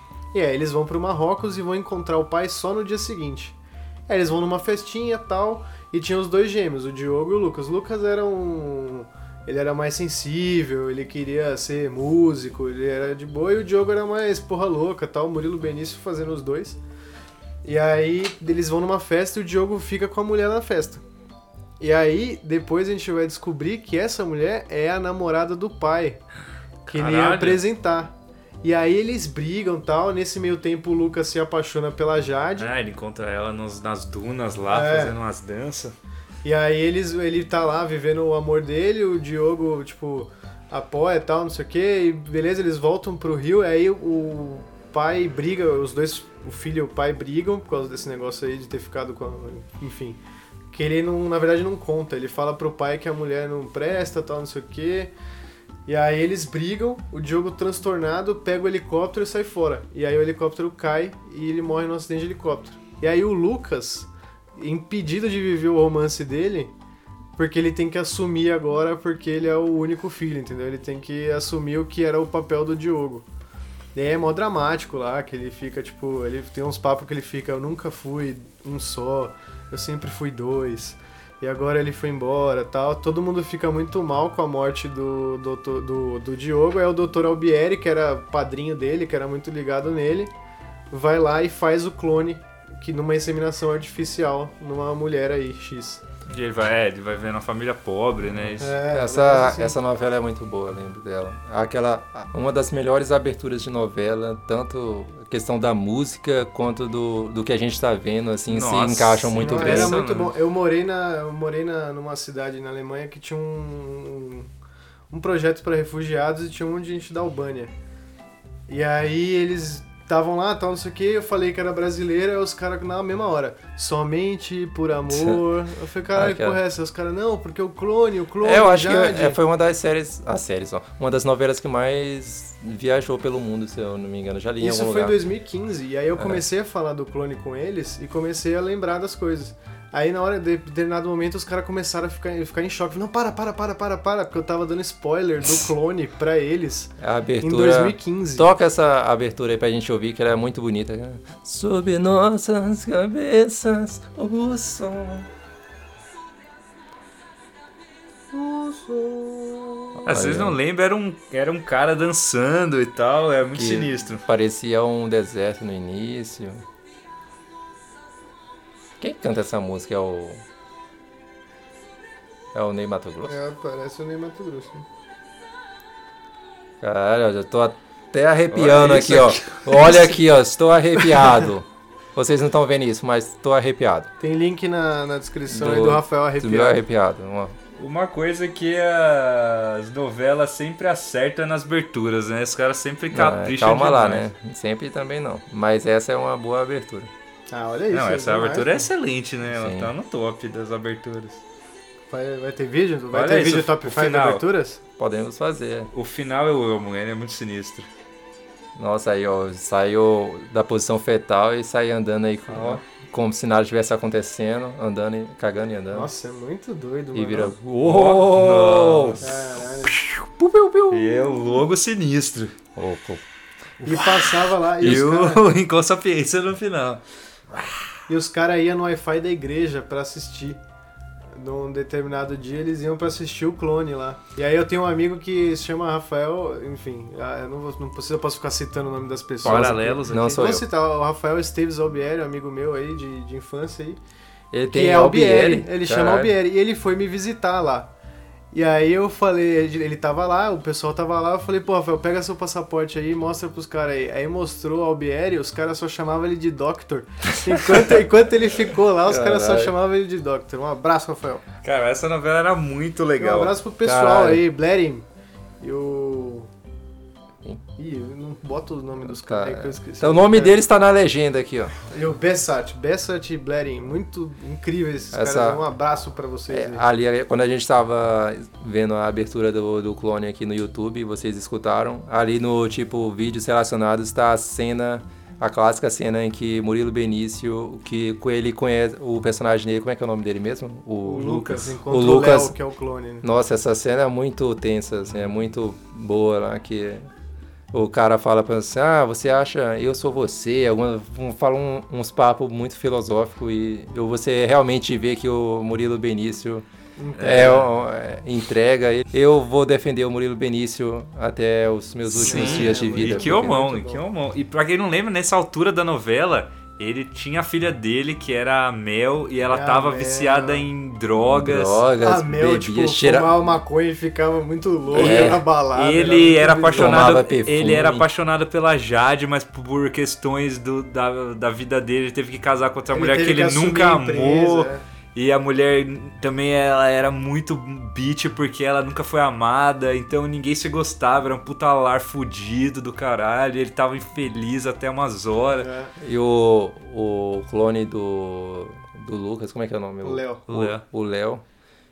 E aí eles vão pro Marrocos e vão encontrar o pai só no dia seguinte. Aí eles vão numa festinha e tal, e tinha os dois gêmeos, o Diogo e o Lucas. O Lucas era um... Ele era mais sensível, ele queria ser músico, ele era de boa, e o Diogo era mais porra louca, tal, o Murilo Benício fazendo os dois. E aí eles vão numa festa e o Diogo fica com a mulher na festa. E aí depois a gente vai descobrir que essa mulher é a namorada do pai, que ele ia Caralho. apresentar. E aí eles brigam e tal, nesse meio tempo o Lucas se apaixona pela Jade. Ah, ele encontra ela nos- nas dunas lá, É. fazendo umas danças. E aí eles, ele tá lá vivendo o amor dele, o Diogo, tipo, apoia e tal, não sei o que, e beleza, eles voltam pro Rio, aí o pai briga, os dois, o filho e o pai brigam por causa desse negócio aí de ter ficado com a, enfim, que ele não, na verdade não conta, ele fala pro pai que a mulher não presta, tal, não sei o que, e aí eles brigam, o Diogo transtornado pega o helicóptero e sai fora, e aí o helicóptero cai e ele morre num acidente de helicóptero. E aí o Lucas, impedido de viver o romance dele, porque ele tem que assumir agora, porque ele é o único filho, entendeu? Ele tem que assumir o que era o papel do Diogo. E aí é mó dramático lá, que ele fica, tipo, ele tem uns papos que ele fica, eu nunca fui um só, eu sempre fui dois, e agora ele foi embora, tal. Todo mundo fica muito mal com a morte do, do, do, do Diogo, aí o doutor Albieri, que era padrinho dele, que era muito ligado nele, vai lá e faz o clone, que numa inseminação artificial, numa mulher aí, X. E ele vai, é, ele vai vendo uma família pobre, né? Isso. É, Essa, assim. essa novela é muito boa, eu lembro dela. Aquela, uma das melhores aberturas de novela, tanto a questão da música quanto do, do que a gente tá vendo, assim, Nossa, se encaixam muito Não, bem. era Impressionante. muito bom. Eu morei, na, eu morei na, numa cidade na Alemanha que tinha um, um projeto para refugiados e tinha um monte de gente da Albânia. E aí eles estavam lá, tal, não sei o que, eu falei que era brasileira, aí os caras na mesma hora, somente por amor. Eu falei, caralho, que Aquela- porra é essa? Os caras, não, porque o clone, o clone, É, eu acho Jade. que é, foi uma das séries, as séries, ó, uma das novelas que mais viajou pelo mundo, se eu não me engano, já li em Isso algum foi em lugar. dois mil e quinze, e aí eu É. comecei a falar do clone com eles e comecei a lembrar das coisas. Aí na hora de determinado momento os caras começaram a ficar, ficar em choque. Não, para, para, para, para, para, porque eu tava dando spoiler do clone pra eles A abertura... em dois mil e quinze. Toca essa abertura aí pra gente ouvir, que ela é muito bonita. Sob nossas cabeças, o som. Ah, vocês não lembram, era um, era um cara dançando e tal, é muito Que sinistro. Parecia um deserto no início. Quem canta essa música é o... É o Ney Matogrosso? É, parece o Ney Mato Grosso. Caralho, eu já tô até arrepiando Olha aqui, isso ó. Olha aqui, ó, estou arrepiado. Vocês não estão vendo isso, mas estou arrepiado. Tem link na, na descrição Do- aí do Rafael Do meu arrepiado. arrepiado. Uma- Uma coisa que as novelas sempre acertam nas aberturas, né? Os caras sempre Não, é, capricham calma lá, demais. né? Sempre também não. Mas essa é uma boa abertura. Ah, olha isso. Não, é essa demais, abertura é pô. excelente, né? Ela Sim. tá no top das aberturas. Vai, vai ter vídeo? Vai Olha ter isso, vídeo o top cinco de final. aberturas? Podemos fazer. O final eu amo, ele é muito sinistro. Nossa, aí, ó, saiu da posição fetal e sai andando aí com... Ó, como se nada estivesse acontecendo, andando e cagando e andando. Nossa, é muito doido, E mano. vira... Uou! Caralho. Piu, piu, piu. E é o logo sinistro. Oh, pô. E passava lá, e, E os cara- o Inconsapiência no final. e os caras iam no Wi-Fi da igreja pra assistir. Num determinado dia eles iam pra assistir o Clone lá. E aí eu tenho um amigo que se chama Rafael, enfim, ah, eu não, vou, não precisa, eu posso ficar citando o nome das pessoas. Paralelos Não aqui. sou Vou eu. citar o Rafael Esteves Albieri, um amigo meu aí de, de infância aí. Ele Que tem é Albieri, Albieri. ele chama Caralho. Albieri. E ele foi me visitar lá. E aí eu falei, ele ele tava lá, o pessoal tava lá, eu falei, pô, Rafael, pega seu passaporte aí e mostra pros caras aí. Aí mostrou o Albieri, os caras só chamavam ele de Doctor. Enquanto, enquanto ele ficou lá, os caras só Caralho. chamavam ele de Doctor. Um abraço, Rafael. Cara, essa novela era muito Um legal. abraço pro pessoal Caralho. aí, Blerim. E o... Ih, eu não boto o nome dos caras aí que eu esqueci. Então o nome deles tá na legenda aqui, ó. E o Bessat, Bessat e Blerim. Muito incríveis esses Essa- caras. Um abraço pra vocês É, aí. ali, ali, quando a gente tava vendo a abertura do, do Clone aqui no YouTube, vocês escutaram, ali no tipo vídeos relacionados está a cena, a clássica cena em que Murilo Benício, que com ele conhece o personagem dele, como é que é o nome dele mesmo? O Lucas, encontra O o, Lucas- Léo, que é o clone. Né? Nossa, essa cena é muito tensa, assim, é muito boa lá, que o cara fala pra você, ah, você acha eu sou você, alguma, um- fala um- uns papos muito filosóficos e eu- você realmente vê que o Murilo Benício é, ó, é, entrega. Eu vou defender o Murilo Benício até os meus últimos Sim, dias de é, vida. E que porque- homão, e muito que bom. homão. E pra quem não lembra, nessa altura da novela, ele tinha a filha dele, que era a Mel, e ela É a tava Mel. viciada em drogas. Drogas, A Mel, bebia, tipo, cheira... fumava maconha e ficava muito louco É. na balada. Ele era muito bizarro. apaixonado, Tomava perfume. ele era apaixonado pela Jade, mas por questões do, da, da vida dele, ele teve que casar com outra Ele mulher que teve ele assumir nunca a empresa, amou. é. E a mulher também, ela era muito bitch porque ela nunca foi amada, então ninguém se gostava, era um puta lar fudido do caralho, ele tava infeliz até umas horas. É. E o, o clone do, do Lucas, como é que é o nome? O Léo. O Léo. O Léo.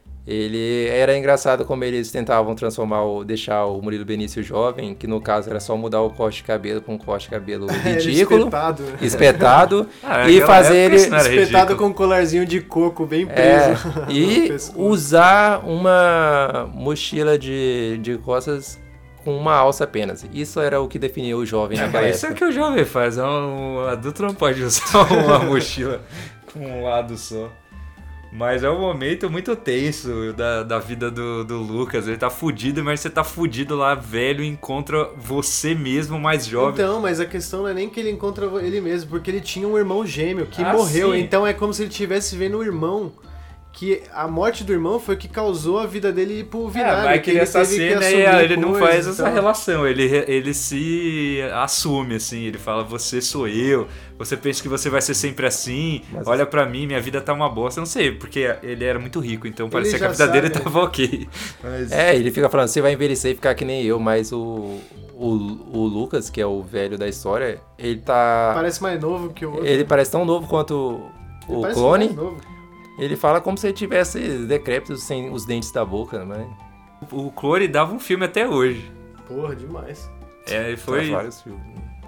Ele era engraçado como eles tentavam transformar, o, deixar o Murilo Benício jovem, que no caso era só mudar o corte de cabelo para um corte de cabelo Era ridículo, espetado, né? espetado, Ah, e naquela fazer época ele isso não era Espetado ridículo. com um colarzinho de coco bem é, preso. no e pescoço. usar uma mochila de, de costas com uma alça apenas. Isso era o que definia o jovem naquela Isso é o época. que o jovem faz, é um, um adulto não pode usar uma mochila com um lado só. Mas é um momento muito tenso da, da vida do, do Lucas. Ele tá fudido, mas você tá fudido lá, velho, e encontra você mesmo mais jovem. Então, mas a questão não é nem que ele encontra ele mesmo, porque ele tinha um irmão gêmeo que Ah, morreu. sim. Então é como se ele estivesse vendo o irmão. Que a morte do irmão foi o que causou a vida dele ir pro É, vinagre. vai que ele essa teve que cena assumir aí, ele não coisas faz e essa tal. relação, ele, ele se assume, assim, ele fala, você sou eu, você pensa que você vai ser sempre assim, Mas- olha pra mim, minha vida tá uma bosta, eu não sei, porque ele era muito rico, então parecia que já a vida dele sabe. tava ok. Mas... É, ele fica falando, você vai envelhecer e ficar que nem eu, mas o, o, o Lucas, que é o velho da história, ele tá... Parece mais novo que o outro. Ele parece tão novo quanto Ele o parece clone. mais novo. Ele fala como se ele tivesse decrépito sem os dentes da boca, mas... O Clone dava um filme até hoje. Porra, demais. É, ele foi Tem vários filmes.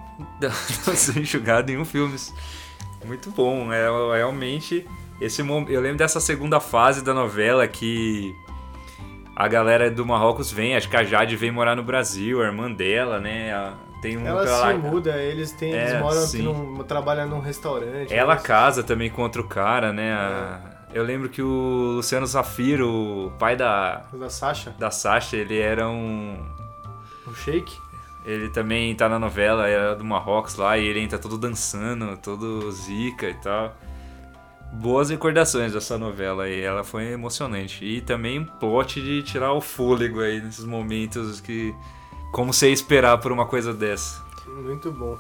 foi enxugado em um filme. Muito bom, é realmente esse mom- eu lembro dessa segunda fase da novela que a galera do Marrocos vem, acho que a Jade vem morar no Brasil, a irmã dela, né? a- Tem um Ela lá- se muda, eles, têm, eles É, moram sim. aqui num, trabalham num restaurante. Ela eles- casa também com outro cara, né? a- Eu lembro que o Luciano Zafiro, o pai da, Da Sasha, da Sasha, ele era um... o Shake. Ele também tá na novela, era do Marrocos lá, e ele entra todo dançando, todo zica e tal. Boas recordações dessa novela aí, ela foi emocionante. E também um plot de tirar o fôlego aí nesses momentos que... Como você ia esperar por uma coisa dessa? Muito bom.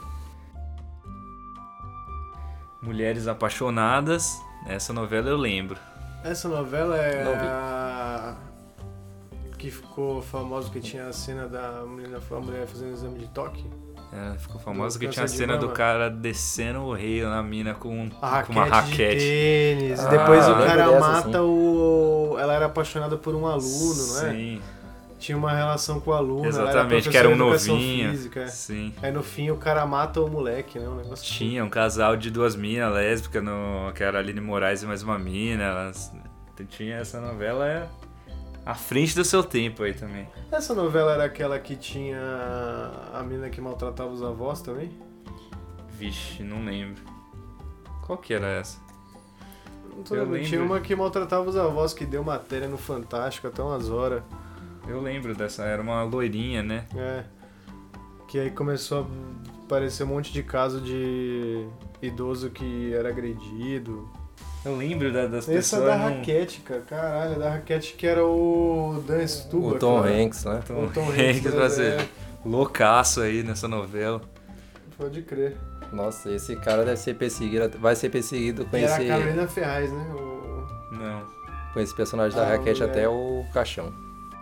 Mulheres apaixonadas, essa novela eu lembro. Essa novela é Não vi. a que ficou famosa, que tinha a cena da mulher, a mulher fazendo exame de toque. É, ficou famosa que Câncer tinha a de cena do mama. cara descendo o rei na mina com, A com uma raquete de raquete. tênis. Ah, Depois o lembro cara dessa, mata o... Ela era apaixonada por um aluno, não é? Sim. tinha uma relação com o aluno. Exatamente, era que era um de educação novinho. Física, é. Sim. Aí no fim o cara mata o moleque, né? Um negócio Tinha um casal de duas minas lésbicas, no, que era a Aline Moraes e mais uma mina. Elas, tinha essa novela é à frente do seu tempo aí também. Essa novela era aquela que tinha a mina que maltratava os avós também? Vixe, não lembro. Qual que era essa? Não tô Eu lembrando. Tinha lembro. uma que maltratava os avós, que deu matéria no Fantástico até umas horas. Eu lembro dessa, era uma loirinha, né? É. Que aí começou a aparecer um monte de caso de idoso que era agredido. Eu lembro da, das Essa pessoas... da não- Raquete, cara. Caralho, da Raquete que era o Dan Stuba. O Tom cara. Hanks, né? Tom, O Tom Hanks, Hanks, vai né? ser loucaço aí nessa novela. Pode crer. Nossa, esse cara deve ser perseguido, vai ser perseguido com E era a esse, Carolina Ferraz, né? O... Não. com esse personagem da Ah, Raquete mulher. até o caixão.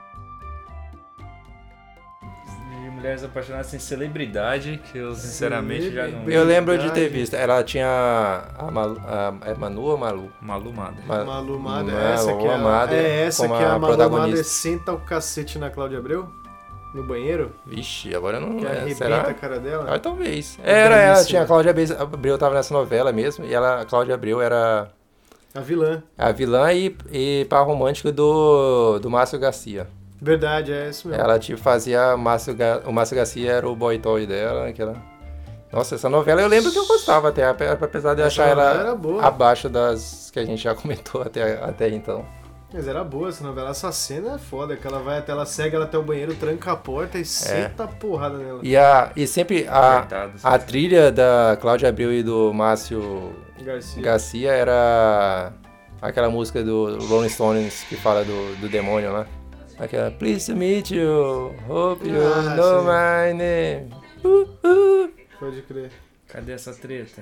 E Mulheres Apaixonadas sem celebridade, que eu sinceramente já não... Celebridade. Eu lembro de ter Verdade. visto. Ela tinha a, Malu, a é Manu ou Malu? Malumada. Ma- Malumada, Ma- é essa que é, a- Malumada é essa como que a a Malumada protagonista. senta o cacete na Cláudia Abreu? No banheiro? Vixe, agora não Que é. arrebenta Será? a cara dela? Ah, talvez. Era, ela belíssima. tinha a Cláudia Abreu, Abreu tava nessa novela mesmo, e ela, a Cláudia Abreu era A vilã. a vilã e, e par romântico do, do Márcio Garcia. Verdade, é isso mesmo. Ela tipo, fazia Márcio, Ga- o Márcio Garcia era o boy toy dela, aquela... Nossa, essa novela eu lembro que eu gostava até, ape- apesar de eu Essa achar novela ela era boa. abaixo das que a gente já comentou até, até então. Mas era boa essa novela. Essa cena é foda, que ela vai até, ela segue ela até o banheiro, tranca a porta e senta a porrada nela. E, a, e sempre a, Coitados. a trilha da Cláudia Abreu e do Márcio Garcia. Garcia era aquela música do Rolling Stones que fala do, do demônio lá. Aquela Please to meet you, hope you Ah, know sim. my name. Uh, uh. Pode crer. Cadê essa treta?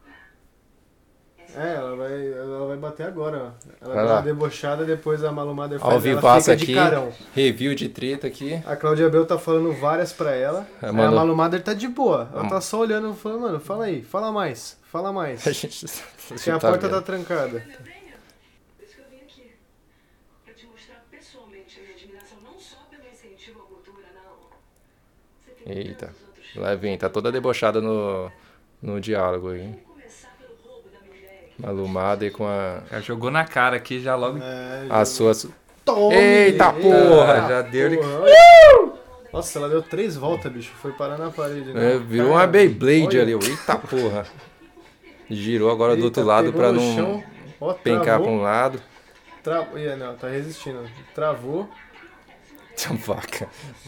É, ela vai, ela vai bater agora, ó. Ela Vai dá lá. uma debochada, depois a Malumada Ao faz ela vivaço fica aqui, de carão. review de treta aqui. A Cláudia Abreu tá falando várias pra ela. É, Aí a mano. Malumada tá de boa. Ela Hum. tá só olhando e falando, mano, fala aí, fala mais, fala mais. A gente, a Que a gente tá porta vendo. tá trancada. Por isso que eu vim aqui. Pra te mostrar pessoalmente a minha admiração, não só pelo incentivo à cultura, não. Você tem Eita, tantos outros lá vem, tá toda debochada no, no diálogo aí. Vamos começar pelo roubo da minha ideia. Malumada e com a, O cara jogou na cara aqui já logo. É, a sua... Tome! Eita, porra! Já deu-lhe- porra. Nossa, ela deu três voltas, bicho. Foi parar na parede, né? É, virou uma Cara, Beyblade olha. ali, ó. Eita porra. Girou agora do Eita, outro lado pegou pra no não chão, ó, pencar travou, pra um lado. Tra... Ih, não, tá resistindo. Travou. Essa vaca.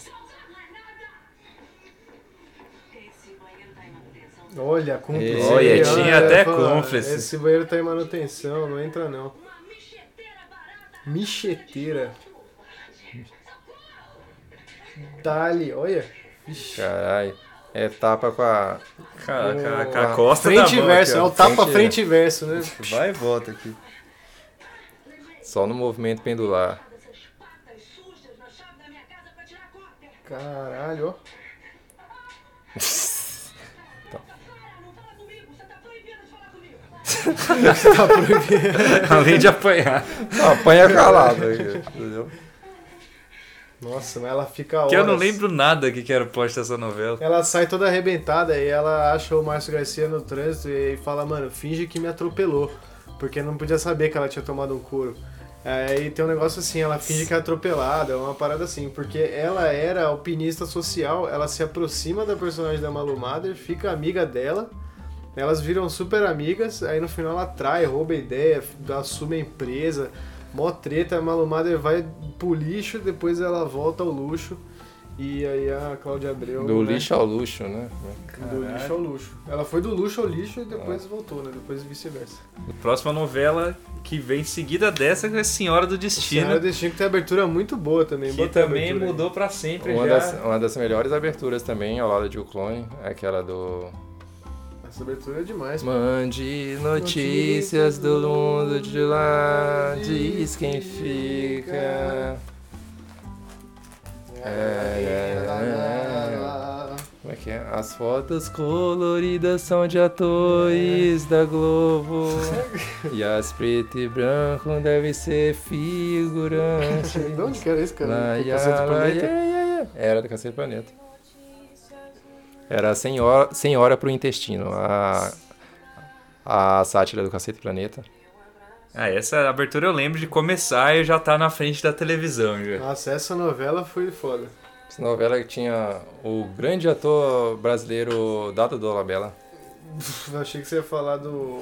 Esse banheiro tá em manutenção. Olha, cúmplice. Olha, Aí, tinha ó, até fala, cúmplice. Esse banheiro tá em manutenção, não entra não. Uma micheteira barata. Micheteira. Dali, olha. Vixe. Caralho. É tapa com a... Cara, com a- com O- a costa frente da e mão verso, aqui, é ó. o tapa Frente- frente e verso, né? Vai e volta aqui. Só no movimento pendular. Essas patas sujas na chave da minha casa pra tirar cópia. Caralho, ó. Não fala comigo, você tá proibido de falar comigo. Tá proibido. Além de apanhar. Não, apanha calado aí, entendeu? Nossa, mas ela fica Que eu não horas. lembro nada que que era o post dessa novela. Ela sai toda arrebentada e ela acha o Márcio Garcia no trânsito e fala, mano, finge que me atropelou. Porque não podia saber que ela tinha tomado um couro. Aí tem um negócio assim, ela finge que é atropelada, uma parada assim, porque ela era alpinista social, ela se aproxima da personagem da Malu Mader, fica amiga dela, elas viram super amigas, aí no final ela trai, rouba a ideia, assume a empresa, mó treta, a Malu Mader vai pro lixo, depois ela volta ao luxo, e aí a Cláudia Abreu... Do né, lixo ao luxo, né? do lixo ao luxo. Ela foi do luxo ao lixo e depois voltou, né? Depois vice-versa. Próxima novela que vem em seguida dessa é a Senhora do Destino. Senhora do Destino que tem abertura muito boa também. Que bota a também abertura aí. mudou pra sempre Uma já. das, uma das melhores aberturas também, ao lado de O Clone, é aquela do... Essa abertura é demais. pô. Mande notícias do mundo de lá, diz quem fica. É, é, é. Como é que é? As fotos coloridas são de atores é. da Globo. E as preto e branco devem ser figurantes. De onde que era isso, cara? Lá, Do Cacete do Planeta? Yeah, yeah, yeah. Era do Cacete do Planeta. Era Sem Hora, Sem Hora pro Intestino, a, a sátira do Cacete do Planeta. Ah, essa abertura eu lembro de começar e já tá na frente da televisão. Já. Nossa, essa novela foi foda. Essa novela que tinha o grande ator brasileiro Dado Dolabella. Eu achei que você ia falar do...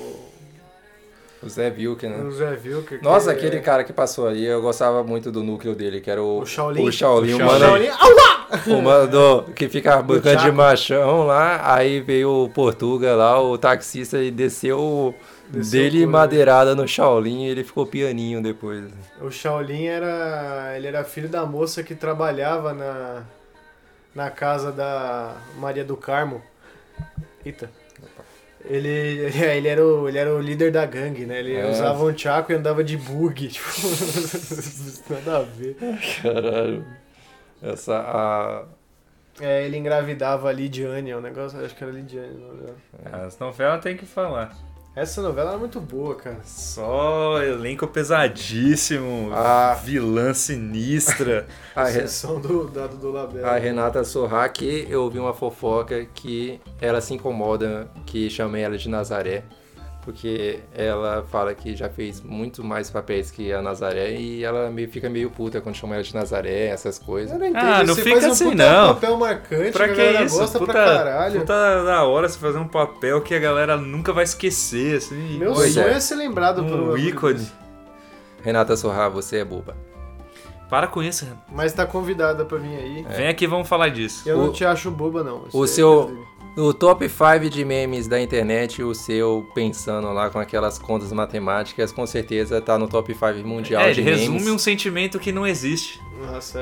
O Zé Vilker, né? O Zé Vilker. Nossa, que aquele é... cara que passou aí, eu gostava muito do núcleo dele, que era o... O Shaolin. O Shaolin, o o Shaolin. mano... O mano que fica bancando de machão lá, aí veio o Portuga lá, o taxista, e desceu... Desceu dele madeirada no Shaolin e ele ficou pianinho depois. O Shaolin era... Ele era filho da moça que trabalhava na... Na casa da Maria do Carmo. Eita. Ele, ele, era o, ele era o líder da gangue, né? Ele é. usava um tchaco e andava de bug. Tipo, nada a ver. Caralho. Essa... A... É, ele engravidava a Lidiane, o negócio, acho que era Lidiane. As novelas tem que falar. Essa novela era muito boa, cara. Só elenco pesadíssimo, a... vilã sinistra. A exceção do Dado Dolabella. A Renata Sorrah, que eu ouvi uma fofoca que ela se incomoda que chamei ela de Nazaré, porque ela fala que já fez muito mais papéis que a Nazaré e ela meio, fica meio puta quando chama ela de Nazaré, essas coisas. Eu não entendo. Ah, não você fica faz um assim puta não. papel marcante, pra que a galera isso? gosta puta, pra caralho. Puta da hora você fazer um papel que a galera nunca vai esquecer, assim. Meu pois sonho é. é ser lembrado um por um ícone. Renata Sorrah, você é boba. Para com isso, Renan. Mas tá convidada pra vir aí. É. Vem aqui, vamos falar disso. Eu o, não te acho boba, não. O seu... No top cinco de memes da internet, o seu pensando lá com aquelas contas matemáticas, com certeza tá no top cinco mundial é, de ele memes. resume um sentimento que não existe. Nossa,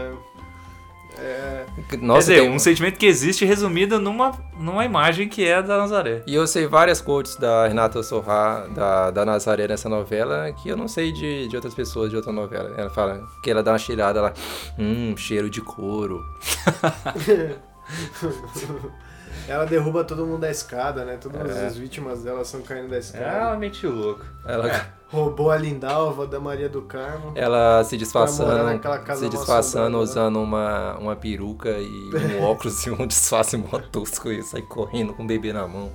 é... Nossa, Quer dizer, tem... um sentimento que existe resumido numa, numa imagem que é da Nazaré. E eu sei várias quotes da Renata Sorrah, da, da Nazaré nessa novela, que eu não sei de, de outras pessoas de outra novela. Ela fala que ela dá uma cheirada lá, hum, cheiro de couro. Ela derruba todo mundo da escada, né? Todas é. as vítimas dela são caindo da escada. Ela mete louco. Ela é. roubou a Lindalva da Maria do Carmo. Ela se disfarçando, se disfarçando né? usando uma, uma peruca e um óculos e um disfarce mó tosco e sai correndo com o bebê na mão.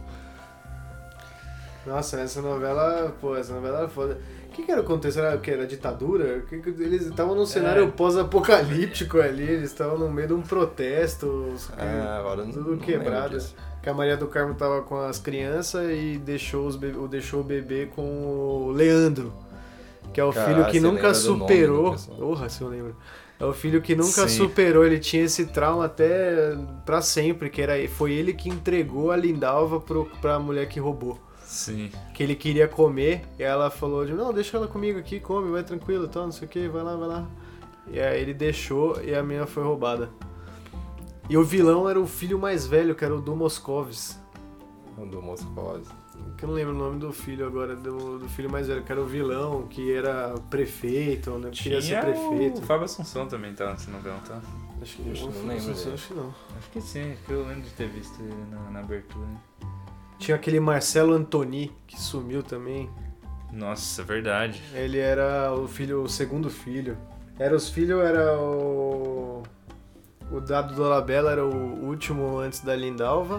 Nossa, essa novela, pô, essa novela era foda. O que, que era o contexto? Era o que? Era ditadura? Que que, eles estavam num cenário é. pós-apocalíptico ali, eles estavam no meio de um protesto, ah, agora tudo não, quebrado. Não que a Maria do Carmo tava com as crianças e deixou, os bebê, deixou o bebê com o Leandro, que é o Caralho, filho que nunca superou. Porra, se eu lembro. É o filho que nunca Sim. superou, ele tinha esse trauma até pra sempre, que era, foi ele que entregou a Lindalva pro, pra mulher que roubou. Sim. Que ele queria comer, e ela falou de, não, deixa ela comigo aqui, come, vai tranquilo, tal, não sei o que, vai lá, vai lá. E aí ele deixou e a menina foi roubada. E o vilão era o filho mais velho, que era o do Moscovis. O do Moscovis. Que eu não lembro o nome do filho agora, do, do filho mais velho, que era o vilão, que era prefeito, né? Queria ser prefeito. O Fábio Assunção também tá nessa novela, tá? Acho que, acho não, não lembro. Assunção, acho que não. Acho que sim, acho que eu lembro de ter visto ele na, na abertura. Tinha aquele Marcelo Antoni, que sumiu também. Nossa, verdade. Ele era o filho, o segundo filho. Era os filhos, era o... O Dado Dolabella era o último antes da Lindalva.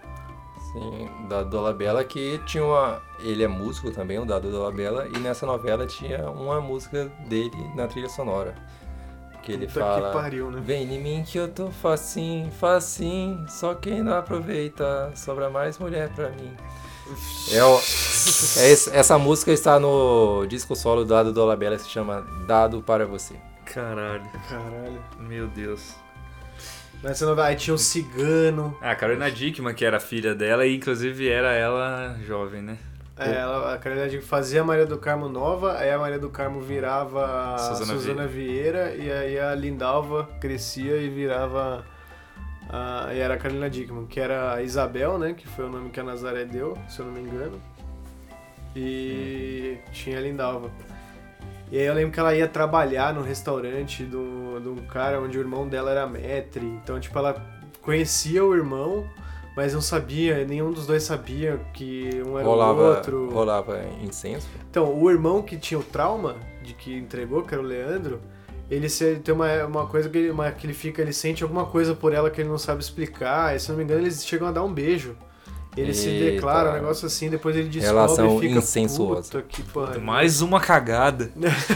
Sim, Dado Dolabella, que tinha uma... Ele é músico também, o Dado Dolabella, e nessa novela tinha uma música dele na trilha sonora. Que ele Puta fala, que pariu, né? Vem em mim que eu tô facinho, facinho, só quem não aproveita, sobra mais mulher pra mim. É, o, é esse, essa música está no disco solo do Dado Dolabella, que se chama Dado para Você. Caralho. Caralho. Meu Deus. Nessa novela aí tinha o Cigano. Ah, a Carolina Dickman, que era filha dela, e inclusive era ela jovem, né? É, ela, a Carolina Dickman fazia a Maria do Carmo nova, aí a Maria do Carmo virava a Suzana, Suzana Vieira, e aí a Lindalva crescia e virava a, e era a Carolina Dickman, que era a Isabel, né, que foi o nome que a Nazaré deu, se eu não me engano, e hum. tinha a Lindalva. E aí eu lembro que ela ia trabalhar no restaurante de um, de um cara onde o irmão dela era maître, então tipo ela conhecia o irmão, mas não sabia, nenhum dos dois sabia que um era rolava, o outro. Rolava incenso. Então, o irmão que tinha o trauma, de que entregou, que era o Leandro, ele se, tem uma, uma coisa que ele, uma, que ele fica, ele sente alguma coisa por ela que ele não sabe explicar, e se não me engano eles chegam a dar um beijo. Ele Eita. se declara, um negócio assim, depois ele descobre Relação e fica, incestuosa. puta que pariu. Mais uma cagada.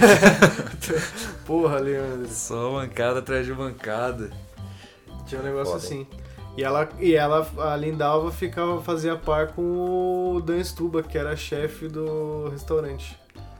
Porra, Leandro. Só mancada atrás de mancada. Tinha um negócio Foda, assim. E ela, e ela, a Lindalva, ficava, fazia par com o Dan Stuba, que era chefe do restaurante.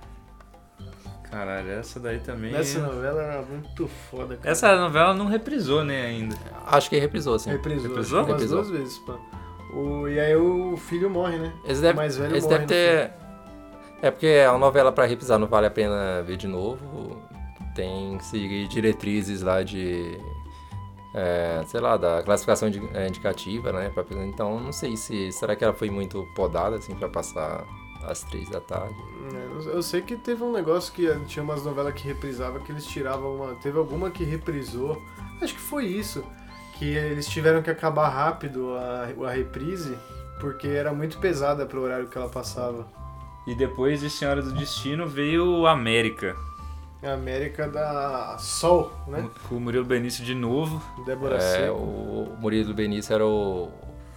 Caralho, essa daí também... Essa novela era muito foda, cara. Essa novela não reprisou, né, ainda. Acho que reprisou, sim. Reprisou, Reprisou? acho que umas Reprisou. duas vezes, pá. O, e aí o filho morre, né? Eles O devem, mais velho eles morre devem no ter... É porque é uma novela pra reprisar, não vale a pena ver de novo. Tem que seguir diretrizes lá de... É, sei lá, da classificação indi- é, indicativa, né? pra- Então, não sei se... Será que ela foi muito podada, assim, pra passar às três da tarde? É, eu sei que teve um negócio que tinha umas novelas que reprisava que eles tiravam uma... Teve alguma que reprisou, acho que foi isso, que eles tiveram que acabar rápido a, a reprise, porque era muito pesada pro horário que ela passava. E depois de Senhora do Destino veio América. A América da Sol, né? Com o Murilo Benício de novo. Débora É, Seco. o Murilo Benício era o...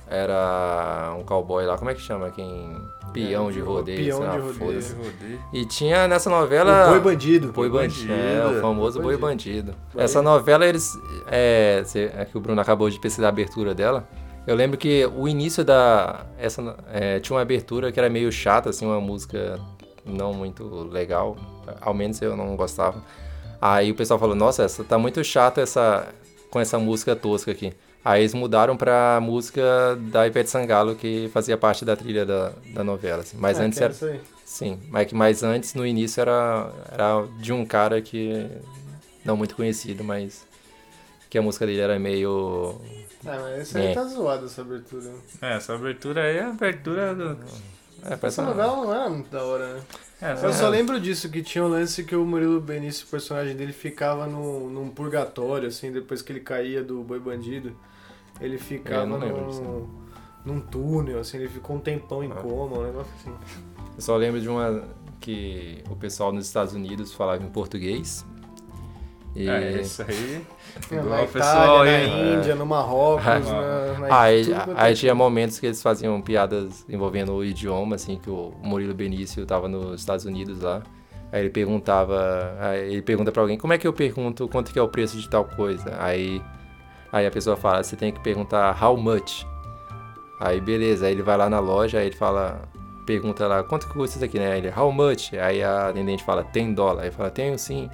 Era um cowboy lá, como é que chama? Quem... Peão de rodeio, peão sei lá, de rodeio. foda-se. E tinha nessa novela... O Boi Bandido. Boi Bandido, é, o famoso Boi Bandido. Boi Essa novela, eles... É, cê- é que o Bruno acabou de pesquisar a abertura dela. Eu lembro que o início da... Essa, é, tinha uma abertura que era meio chata, assim, uma música não muito legal. Ao menos eu não gostava. Aí o pessoal falou, nossa, essa tá muito chata essa, com essa música tosca aqui. Aí eles mudaram pra música da Ivete Sangalo, que fazia parte da trilha da, da novela. Assim. Mas Ah, antes que era era... isso aí. Sim, mas, que- mas antes, no início, era, era de um cara que... Não muito conhecido, mas... Que a música dele era meio... Ah, mas esse aí É. tá zoado, essa abertura. É, essa abertura aí é a abertura do... É, parece Essa uma- novela não era muito da hora, né? É, Eu é. só lembro disso, que tinha um lance que o Murilo Benício, o personagem dele, ficava num, num purgatório, assim, depois que ele caía do Boi Bandido. Ele ficava É, não lembro num, disso. num túnel, assim, ele ficou um tempão em Ah. coma, um negócio assim. Eu só lembro de uma... Que o pessoal nos Estados Unidos falava em português. E... É, isso aí... Na Igual o Itália, pessoal na aí... Índia, no Marrocos, Ah. na, na Aí, tudo quanto aí é tinha canto. momentos que eles faziam piadas envolvendo o idioma, assim, que o Murilo Benício tava nos Estados Unidos lá. Aí ele perguntava, aí ele pergunta pra alguém, como é que eu pergunto quanto que é o preço de tal coisa? Aí, aí a pessoa fala, você tem que perguntar how much? Aí beleza, aí ele vai lá na loja, aí ele fala, pergunta lá, quanto que custa isso aqui, né? Aí ele, how much? Aí a atendente fala, ten dólares. Aí fala, tenho sim.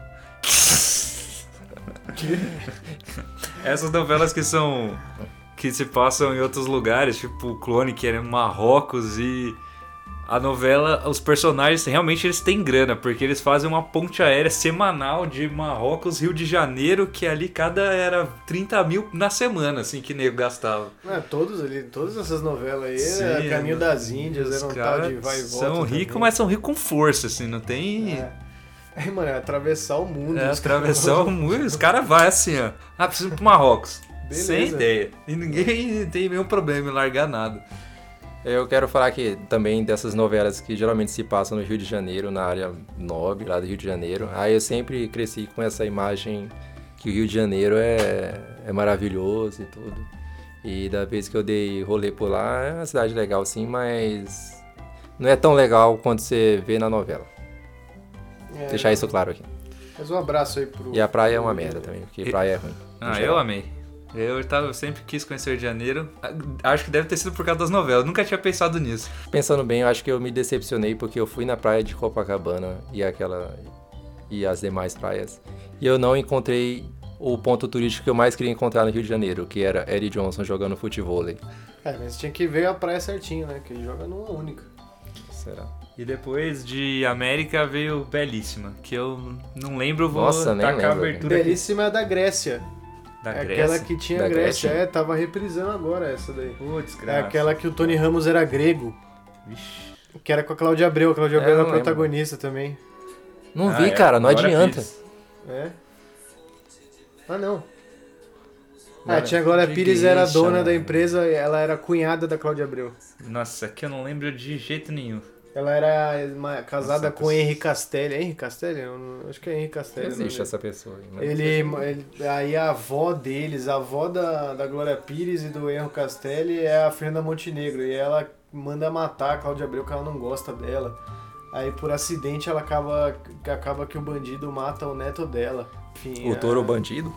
Essas novelas que são... Que se passam em outros lugares, tipo o Clone, que era em Marrocos, e... A novela, os personagens, realmente eles têm grana, porque eles fazem uma ponte aérea semanal de Marrocos, Rio de Janeiro, que ali cada era trinta mil na semana, assim, que nego gastava. É, todos ali, todas essas novelas aí, Sim, era Caminho os- das Índias, os era um tal caras de vai e volta. São também. ricos, mas são ricos com força, assim, não tem... É. Aí, mano, é atravessar o mundo. É, os atravessar o mundo, os caras vão assim, ó. Ah, preciso ir pro Marrocos. Beleza. Sem ideia. E ninguém tem nenhum problema em largar nada. Eu quero falar aqui também dessas novelas que geralmente se passam no Rio de Janeiro, na área nobre lá do Rio de Janeiro. Aí eu sempre cresci com essa imagem que o Rio de Janeiro é, é maravilhoso e tudo. E da vez que eu dei rolê por lá, é uma cidade legal sim, mas não é tão legal quanto você vê na novela. É, Deixar isso claro aqui. Mas um abraço aí pro... E a praia é uma merda também, porque praia é ruim. Ah, no eu geral. amei. Eu, tava, eu sempre quis conhecer o Rio de Janeiro. Acho que deve ter sido por causa das novelas. Nunca tinha pensado nisso. Pensando bem, eu acho que eu me decepcionei porque eu fui na praia de Copacabana e aquela e as demais praias e eu não encontrei o ponto turístico que eu mais queria encontrar no Rio de Janeiro, que era Eddie Johnson jogando futevôlei. É, mas tinha que ver a praia certinho, né? Que ele joga numa única. Será? E depois de América veio Belíssima, que eu não lembro, vou Nossa, nem tacar a lembro. abertura aqui Belíssima é da Grécia. da É Grécia. aquela que tinha Da Grécia. Grécia? É, tava reprisando agora essa daí. Putz, É graça. aquela que o Tony Ramos era grego. Vixe. Que era com a Cláudia Abreu. A Cláudia É, Abreu eu era não lembro. protagonista também. Não Ah, vi, é, cara, não Glória adianta. Pires. É? Ah, não. Ah, tinha a Glória de Pires, era geisha, dona mano. da empresa, ela era cunhada da Cláudia Abreu. Nossa, aqui eu não lembro de jeito nenhum. Ela era uma- casada Nossa, com o Henri Castelli. Henri Castelli? Eu não- acho que é Henri Castelli. o nome Existe dele. essa pessoa aí. mas- Ele, ele- aí a avó deles, a avó da, da Glória Pires e do Henri Castelli é a Fernanda Montenegro. E ela manda matar a Cláudia Abreu porque ela não gosta dela. Aí por acidente ela acaba, acaba que o bandido mata o neto dela. Enfim, O é- touro bandido?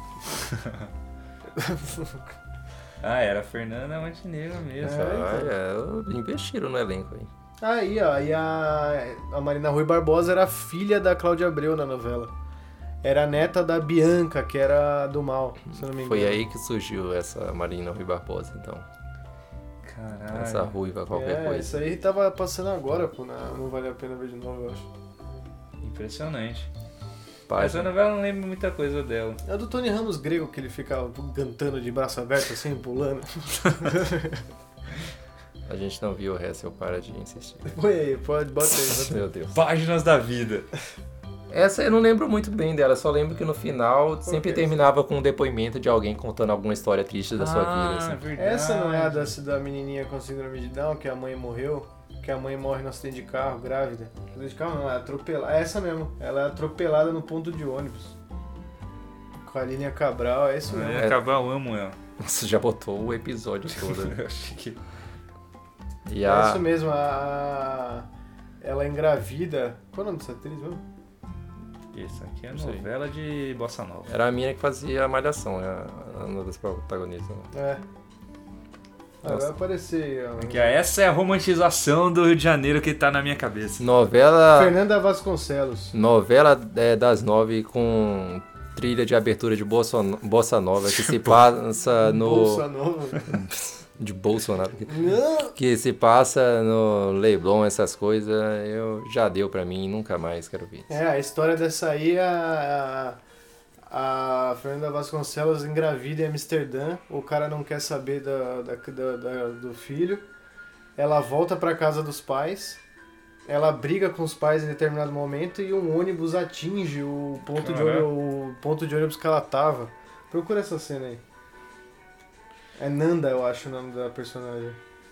Ah, era a Fernanda Montenegro mesmo. É, Ah, é, investiram no elenco aí. Aí, ó, e a, a Marina Rui Barbosa era filha da Cláudia Abreu na novela. Era a neta da Bianca, que era do mal, se eu não me engano. Foi aí que surgiu essa Marina Rui Barbosa, então. Caralho. Essa ruiva, qualquer é, coisa. isso aí tava passando agora, pô, na, não vale a pena ver de novo, eu acho. Impressionante. Página. Essa novela eu não lembro muita coisa dela. É a do Tony Ramos grego, que ele fica cantando de braço aberto, assim, pulando. A gente não viu o resto, eu para de insistir. Põe aí, pode, bota aí. Bota aí. Meu Deus. Páginas da vida. Essa eu não lembro muito bem dela, só lembro que no final sempre que é terminava com um depoimento de alguém contando alguma história triste da sua vida. Assim. Ah, verdade. Essa não é a da, da menininha com síndrome de Down, que a mãe morreu? Que a mãe morre no acidente de carro, grávida. Acidente de carro não, é atropelada. É essa mesmo. Ela é atropelada no ponto de ônibus. Com a Línia Cabral, é isso mesmo. Ia acabar, eu amo ela. Você já botou o episódio todo. né? Eu achei que... E É a... isso mesmo, a... ela engravida. Qual é o nome dessa atriz mesmo? Isso aqui é Não sei. novela de Bossa Nova. Era a mina que fazia a malhação, é a- uma das protagonistas. né? É. Ah, vai Nossa. aparecer aí, ó. Aqui, ó, essa é a romantização do Rio de Janeiro que tá na minha cabeça. Novela... Fernanda Vasconcelos. Novela é, das nove com trilha de abertura de Bossa, Bossa Nova que se passa no... Bolsa Nova. De Bolsonaro. Não! Que se passa no Leblon, essas coisas, eu já deu pra mim, nunca mais quero ver. É, a história dessa aí é a, a, a Fernanda Vasconcelos engravida em Amsterdã, o cara não quer saber da, da, da- da- do filho, ela volta pra casa dos pais, ela briga com os pais em determinado momento e um ônibus atinge o ponto, de, Caraca. ônibus, o ponto de ônibus que ela tava. Procura essa cena aí. É Nanda, eu acho o nome da personagem.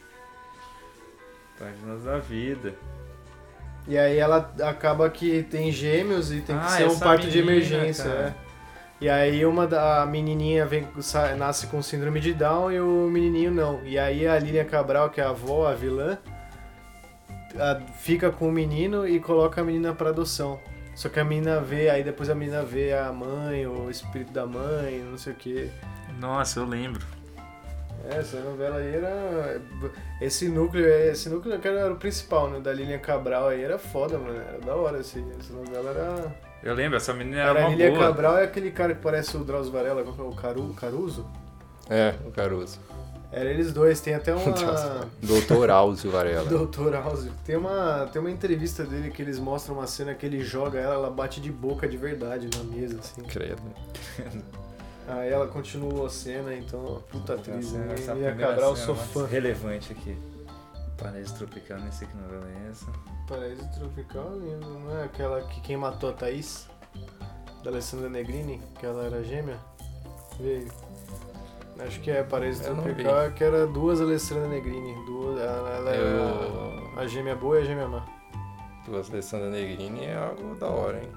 Páginas da vida. E aí ela acaba que tem gêmeos e tem que Ah, ser um essa parto de menina, emergência, cara. é. E aí uma da a menininha vem, sa- nasce com síndrome de Down e o menininho não. E aí a Lília Cabral, que é a avó, a vilã, a- fica com o menino e coloca a menina pra adoção. Só que a menina vê, aí depois a menina vê a mãe, o espírito da mãe, não sei o que. Nossa, eu lembro. Essa novela aí era. Esse núcleo, esse núcleo que era o principal, né? Da Lilian Cabral aí era foda, mano. Era da hora esse, essa novela era. Eu lembro, essa menina era, Era a uma Lilian boa. Cabral é aquele cara que parece o Drauzio Varela, qual que é o Caru, Caruso? É, o Caruso. Era eles dois, tem até uma. Doutor Áuzio Varela. Doutor Áuzio. Tem uma, tem uma entrevista dele que eles mostram uma cena que ele joga ela, ela bate de boca de verdade na mesa, assim. Credo. Aí ela continua a cena, então, puta atriz, Essa, né? essa Lilian primeira Cabral, cena sou mais fã. relevante aqui. Paraíso Tropical, nem sei que novela é essa. Paraíso Tropical, não é aquela que quem matou a Thaís? Da Alessandra Negrini, que ela era gêmea? Veio. Acho que é Paraíso Eu não Tropical, é que era duas Alessandra Negrini. Duas, ela, ela era Eu- a gêmea boa e a gêmea má. A seleção da Negrini é algo da hora, hein?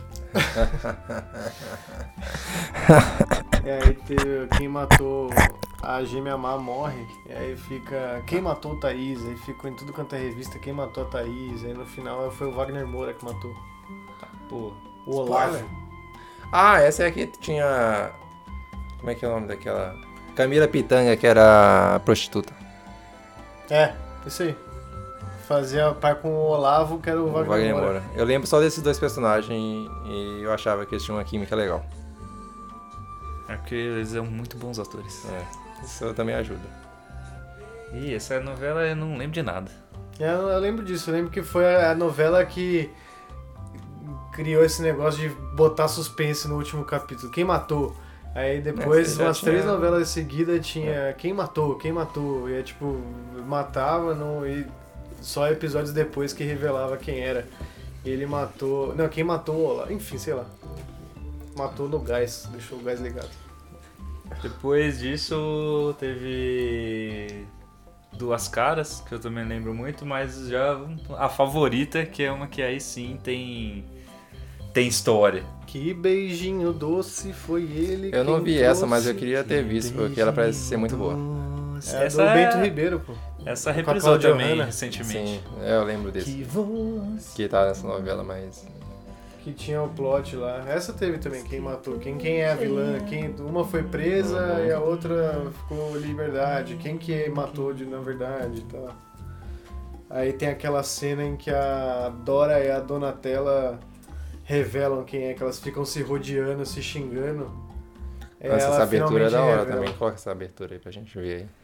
E aí teve, quem matou a gêmea má morre, e aí fica. Quem matou Thaís? Aí ficou em tudo quanto é revista, quem matou a Thaís? Aí no final foi o Wagner Moura que matou. Pô, O Olavo. Ah, essa é a que tinha... Como é que é o nome daquela... Camila Pitanga, que era prostituta. É, isso aí. Fazia par com o Olavo, que era o O Wagner, Wagner Moura. Moura. Eu lembro só desses dois personagens e eu achava que eles tinham uma química legal. é porque eles são muito bons atores. É, isso também ajuda. Ih, essa novela eu não lembro de nada. É, eu, eu lembro disso, eu lembro que foi a novela que criou esse negócio de botar suspense no último capítulo. Quem matou? Aí depois, Essa já umas tinha- três novelas seguidas tinha quem matou, quem matou. E aí, tipo, matava não, e só episódios depois que revelava quem era. Ele matou. Não, quem matou o Olavo. Enfim, sei lá. Matou no gás, deixou o gás ligado. Depois disso teve Duas Caras, que eu também lembro muito, mas já a favorita, que é uma que aí sim tem, tem história. Que beijinho doce foi ele. Eu não quem vi trouxe. essa, mas eu queria ter visto, porque ela parece ser muito boa. É Essa do é- Bento Ribeiro, pô. Essa Com a reprisou Cláudia também Hanna. recentemente. Sim, é, eu lembro desse. Que voz. Que tá nessa novela, mas... Que tinha o plot lá. Essa teve também, quem matou, quem, quem é a vilã, quem, uma foi presa Uhum. e a outra ficou em liberdade, quem que matou de na verdade e tal. Aí tem aquela cena em que a Dora e a Donatella revelam quem é, que elas ficam se rodeando, se xingando. Nossa, Ela essa abertura é da finalmente hora revela. também. Coloca essa abertura aí pra gente ver aí.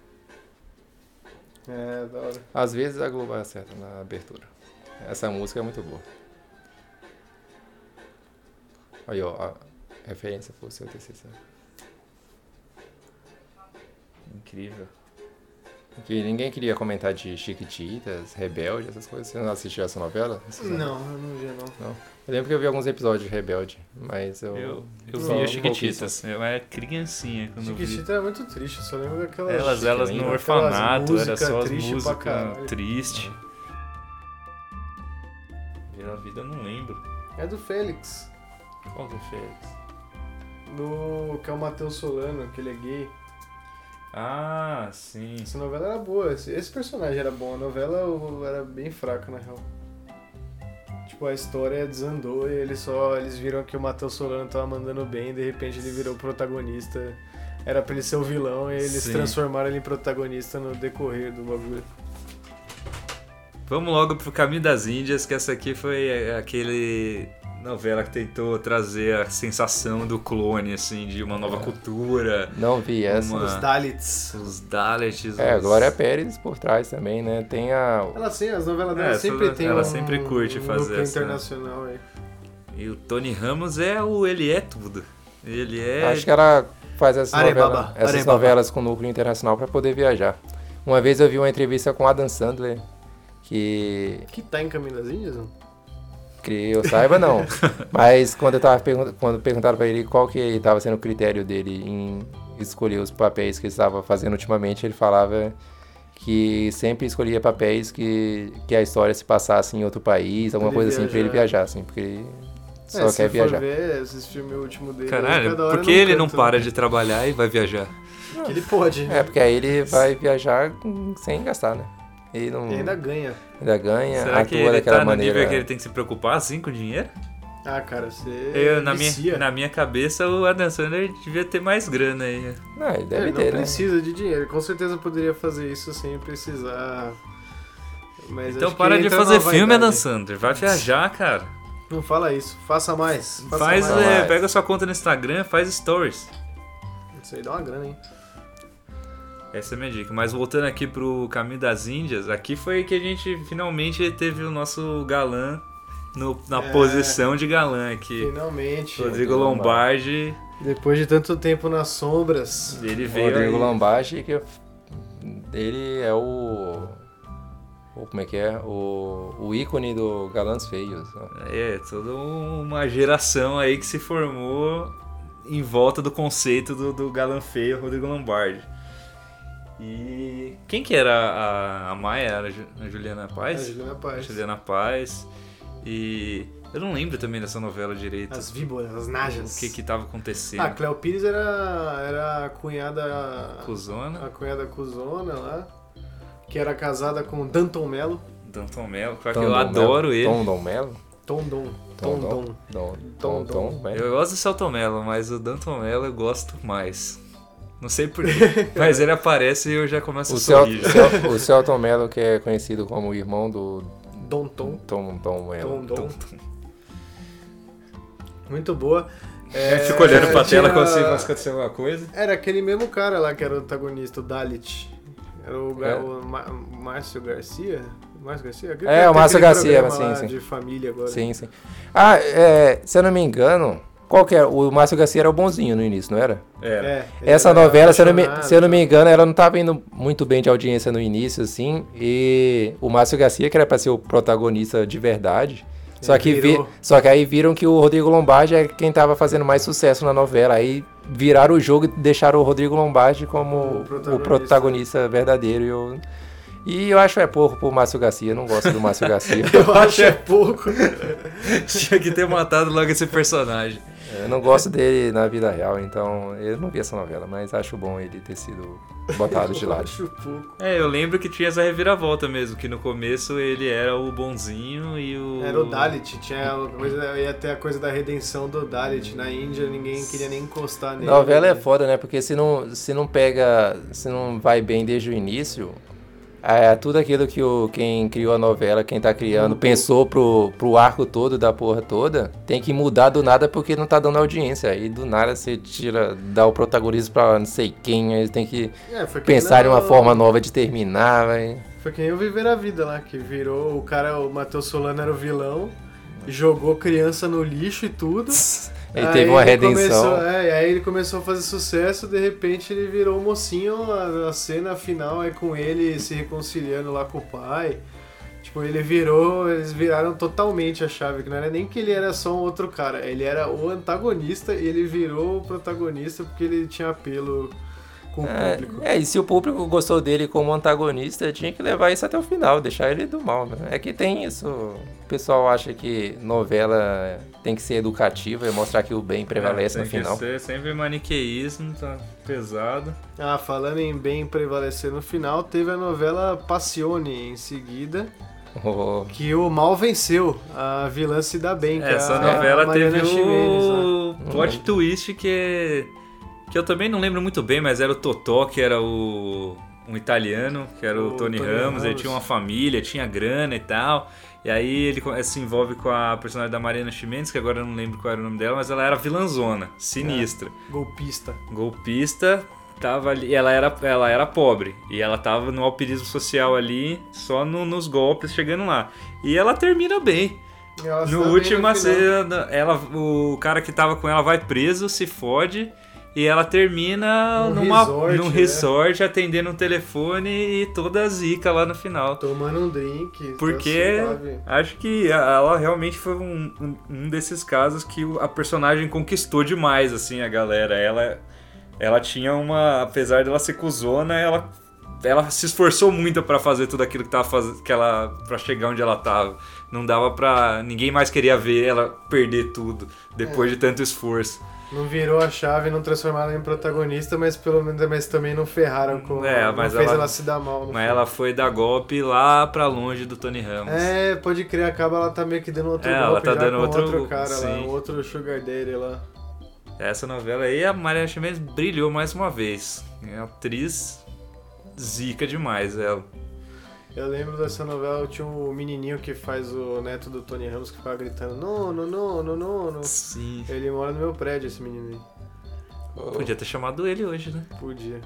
É, da hora. Às vezes a Globo acerta na abertura. Essa música é muito boa. Aí, ó, a referência foi o seu T C C. Incrível. Que ninguém queria comentar de Chiquititas, Rebelde, essas coisas. Você não assistiu essa novela? Não, eu não vi não. Não. Eu lembro que eu vi alguns episódios de Rebelde, mas eu... Eu, eu Não, vi um as Chiquititas. Eu era criancinha quando eu vi. Chiquitita é muito triste, eu só lembro daquela... Elas, elas no Aquelas orfanato, era música só as triste pra músicas caralho. tristes. Pela vida eu não lembro. É do Félix, Qual que fez? do que é o Matheus Solano, que ele é gay. Ah, sim. Essa novela era boa, esse, esse personagem era bom, a novela eu- era bem fraca na real. Tipo, a história desandou e eles só eles viram que o Matheus Solano tava mandando bem, de repente ele virou protagonista. Era pra ele ser o vilão e eles Sim. transformaram ele em protagonista no decorrer do bagulho. Vamos logo pro Caminho das Índias, que essa aqui foi aquele novela que tentou trazer a sensação do clone, assim, de uma nova cultura. Não vi essa. Uma- Os Dalits. Os Dalits. É, os... Glória Pérez por trás também, né? Tem a... Ela sim, as novelas dela É, sempre ela- tem ela um, sempre curte um fazer núcleo essa- internacional aí. E o Tony Ramos é o... Ele é tudo. Ele é... Acho que ela faz essas, Arebaba, novela- essas Arebaba. novelas com núcleo internacional pra poder viajar. Uma vez eu vi uma entrevista com Adam Sandler, que... Que tá em Caminho das Índias? Não? Que eu saiba, não. Mas quando, eu tava pergun- quando perguntaram pra ele qual que estava sendo o critério dele em escolher os papéis que ele estava fazendo ultimamente, ele falava que sempre escolhia papéis que, que a história se passasse em outro país, alguma ele coisa assim, pra ele viajar. viajar, assim, porque ele só É, quer se viajar. for ver esses filmes últimos dele... Caralho, cada hora por que ele não canto, para né? de trabalhar e vai viajar? Que ele pode, né? É, porque aí ele vai viajar hum, sem gastar, né? Ele não E ainda ganha. ainda ganha, Será atua que ele daquela tá no maneira. nível que ele tem que se preocupar assim com dinheiro? Ah, cara, você Eu, na, vicia. minha, na minha cabeça, o Adam Sandler devia ter mais grana aí. Não, ele deve Ele não ter, né? precisa de dinheiro, com certeza poderia fazer isso sem precisar. Mas Então acho para que de entra fazer na filme, vaidade. Adam Sandler. Vai viajar, cara. Não fala isso, faça mais. Faça Faz, mais. é, mais. pega sua conta no Instagram, faz stories. Isso aí dá uma grana, hein? Essa é a minha dica. Mas voltando aqui pro Caminho das Índias, aqui foi que a gente finalmente teve o nosso galã no- na É. posição de galã aqui. Finalmente. Rodrigo Lombardi, Depois de tanto tempo nas sombras. ele veio Rodrigo aí. Lombardi, que ele é o... o- Como é que é? O, o ícone do Galãs Feios. ó. É, toda uma geração aí que se formou em volta do conceito do, do galã feio Rodrigo Lombardi. E quem que era a, a Maia? Era a Ju- a Juliana Paz? A Juliana Paz. Juliana Paz. E eu não lembro também dessa novela direito. As víboras, as najas. O que que tava acontecendo? Ah, a Cleo Pires era, era a cunhada. Cusona, A cunhada cuzona lá. Que era casada com Danton Mello. Danton Mello, claro que Tom eu Dom adoro Mello. ele. Tom Dom Mello? Tom Dom. Tom Tom Dom. Dom. Tom Tom Dom. Mello. Eu gosto do Celton Mello, mas o Danton Mello eu gosto mais. Não sei porquê, mas ele aparece e eu já começo O, a Cel, sorrir. Cel, o Celton Mello, que é conhecido como o irmão do Dom Tom. Tom Dom Mello. Tom Dom. Muito boa. É, fico olhando pra tinha- tela como se fosse acontecer alguma coisa. Era aquele mesmo cara lá que era o antagonista, o Dalit. Era o, Gar- É. o Ma- Márcio Garcia? Márcio Garcia? Aquele É, que o tem Márcio aquele Garcia, programa sim, lá sim. de família agora. Sim, sim. Ah, é, se eu não me engano, qual que era? O Márcio Garcia era o bonzinho no início, não era? É. É, ele Essa era novela, se eu, não me, apaixonado, se eu não me engano, ela não estava indo muito bem de audiência no início, assim, e o Márcio Garcia, que era para ser o protagonista de verdade, só Ele que, vi, virou. só que aí viram que o Rodrigo Lombardi é quem estava fazendo mais sucesso na novela, aí viraram o jogo e deixaram o Rodrigo Lombardi como O o protagonista. protagonista, verdadeiro. E eu, e eu acho é pouco pro Márcio Garcia, eu não gosto do Márcio Garcia. Eu acho é pouco. Tinha que ter matado logo esse personagem. Eu não gosto dele na vida real, então eu não vi essa novela, mas acho bom ele ter sido botado de Eu lado. acho pouco. É, eu lembro que tinha essa reviravolta mesmo, que no começo ele era o bonzinho e o... Era o Dalit, tinha a coisa, ia ter a coisa da redenção do Dalit. Na Índia ninguém queria nem encostar nele. Novela é foda, né? Porque se não, se não pega, se não vai bem desde o início, é tudo aquilo que o, quem criou a novela, quem tá criando, pensou pro, pro arco todo da porra toda, tem que mudar do nada porque não tá dando audiência. Aí do nada você tira, dá o protagonismo pra não sei quem, aí tem que É, foi que pensar em nem uma o- forma nova de terminar, vai. Foi que nem o Viver a Vida lá, que virou o cara, o Matheus Solano era o vilão, jogou criança no lixo e tudo. Ele teve uma ele redenção. Começou, é, aí ele começou a fazer sucesso, de repente ele virou o mocinho, a, a cena final é com ele se reconciliando lá com o pai. Tipo, ele virou, eles viraram totalmente a chave, que não era nem que ele era só um outro cara, ele era o antagonista e ele virou o protagonista porque ele tinha apelo com o É, público. é, e se o público gostou dele como antagonista, tinha que levar isso até o final, deixar ele do mal, né? É que tem isso, o pessoal acha que novela tem que ser educativa e mostrar que o bem prevalece é, no tem final. que ser sempre maniqueísmo, tá pesado. Ah, falando em bem prevalecer no final, teve a novela Passione em seguida, Oh, que o mal venceu, a vilã se dá bem. que é Essa a novela Mariana teve Ximenes, lá. o plot twist que, que eu também não lembro muito bem, mas era o Totó, que era o um italiano, que era o, O Tony, Tony Ramos, ele Ramos. tinha uma família, tinha grana e tal. E aí ele co- se envolve com a personagem da Mariana Ximenes, que agora eu não lembro qual era o nome dela, mas ela era vilãzona, sinistra. Golpista. Golpista, tava ali, ela era, ela era pobre e ela tava no alpinismo social ali, só no- nos golpes chegando lá. E ela termina bem. Ela se No dá bem último final. cena, ela, o cara que tava com ela vai preso, se fode e ela termina Num numa, resort, num né? resort atendendo um telefone e toda zica lá no final. Tomando um drink. Porque tá suave. acho que ela realmente foi um, um, um desses casos que o- a personagem conquistou demais, assim, a galera. Ela, ela tinha uma... Apesar dela ser cuzona, ela, ela se esforçou muito pra fazer tudo aquilo que tava fazendo, que ela, pra chegar onde ela tava. Não dava pra... Ninguém mais queria ver ela perder tudo, depois de tanto esforço. Não virou a chave, não transformaram ela em protagonista, mas pelo menos mas também não ferraram com. É, não mas fez ela, ela- se dar mal. no Mas fim. ela foi dar golpe lá pra longe do Tony Ramos. É, pode crer, acaba ela tá meio que dando outro É, golpe ela tá já dando com outro- outro cara lá, sim. outro sugar daddy lá. Essa novela aí, a Mariana Ximenes brilhou mais uma vez. É uma atriz zica demais, ela. Eu lembro dessa novela, tinha um menininho que faz o neto do Tony Ramos que ficava gritando nono, nono, nono. Sim. Ele mora no meu prédio, esse menino aí. Podia ter chamado ele hoje, né? Podia.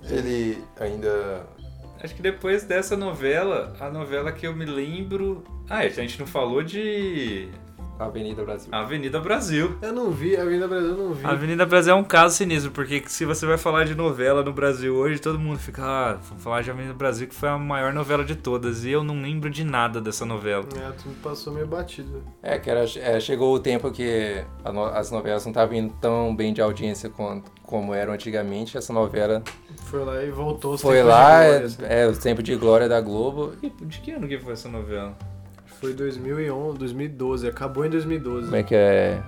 ele ainda... Acho que depois dessa novela, a novela que eu me lembro... Ah, a gente não falou de Avenida Brasil. Avenida Brasil. Eu não vi, a Avenida Brasil eu não vi. A Avenida Brasil é um caso sinistro, porque se você vai falar de novela no Brasil hoje, todo mundo fica, ah, vamos falar de Avenida Brasil, que foi a maior novela de todas, e eu não lembro de nada dessa novela. É, tudo passou meio batido. É, que era, é, chegou o tempo que a no- as novelas não estavam indo tão bem de audiência quanto, como eram antigamente. Essa novela Foi lá e voltou os foi tempos lá, de é, glória, assim. é o tempo de glória da Globo. E de que ano que foi essa novela? Foi dois mil e onze, dois mil e doze, acabou em dois mil e doze. Como é que é?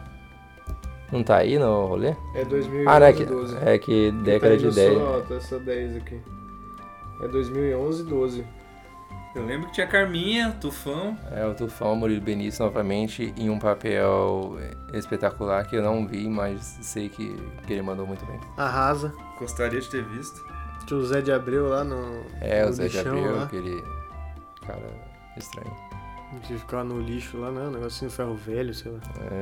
Não tá aí no rolê? É dois mil e onze, Ah, não, é que, doze. é que década de dez. Só, tá essa dez aqui. É dois mil e onze, doze. Eu lembro que tinha Carminha, Tufão. É o Tufão, Murilo Benício novamente em um papel espetacular que eu não vi, mas sei que, que ele mandou muito bem. Arrasa. Gostaria de ter visto. Tinha o Zé de Abreu lá no. É, no o Zé de lixão Abreu, lá, aquele cara estranho. que ficava no lixo lá, né? Um negocinho ferro velho, sei lá. É.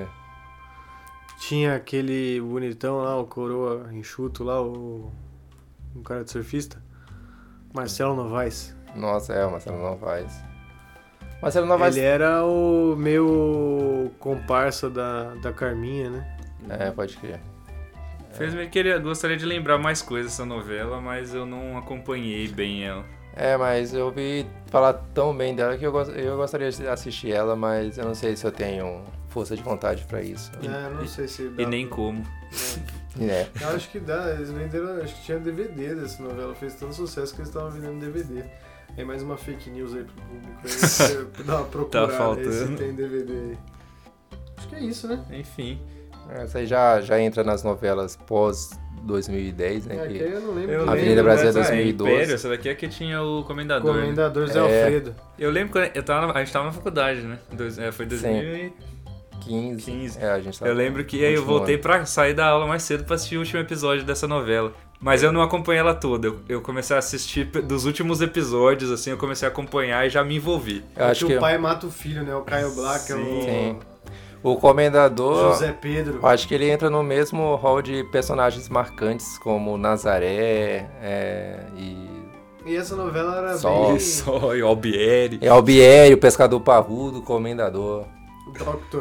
Tinha aquele bonitão lá, o coroa enxuto lá, o. Um cara de surfista. Marcelo Novaes. Nossa, é, o Marcelo Novaes. Marcelo Novaes. Ele era o meu comparsa da, da Carminha, né? É, pode crer. Fez me querer, gostaria de lembrar mais coisas dessa novela, mas eu não acompanhei bem ela. É, mas eu ouvi falar tão bem dela que eu, gos- eu gostaria de assistir ela, mas eu não sei se eu tenho força de vontade pra isso. É, não sei se dá E nem pra- como. É. Eu acho que dá, eles venderam, acho que tinha D V D dessa novela, fez tanto sucesso que eles estavam vendendo D V D. É mais uma fake news aí pro público, aí você dá uma procurada Tá faltando. aí se tem D V D aí. Acho que é isso, né? Enfim. Essa aí já, já entra nas novelas pós dois mil e dez, né? É, que- que aí eu não lembro. Eu de- Avenida lembro Brasil dessa- dois mil e doze. É, Império, essa daqui é que tinha o Comendador. né? Comendador Zé É. Alfredo. Eu lembro quando eu tava na- a gente tava na faculdade, né? Dois, é, foi dois mil e quinze. quinze. É, a gente tá Eu lembro que aí eu continuando. voltei pra sair da aula mais cedo pra assistir o último episódio dessa novela. Mas eu não acompanhei ela toda. Eu, eu comecei a assistir pe- dos últimos episódios, assim, eu comecei a acompanhar e já me envolvi. Eu acho que que o pai mata o filho, né? O Caio Black, é o Sim. o Comendador, José Pedro. eu acho que ele entra no mesmo hall de personagens marcantes, como Nazaré é, e... E essa novela era Só. bem... Só, e Albieri. É Albieri, o Pescador Parrudo, o Comendador. Doctor.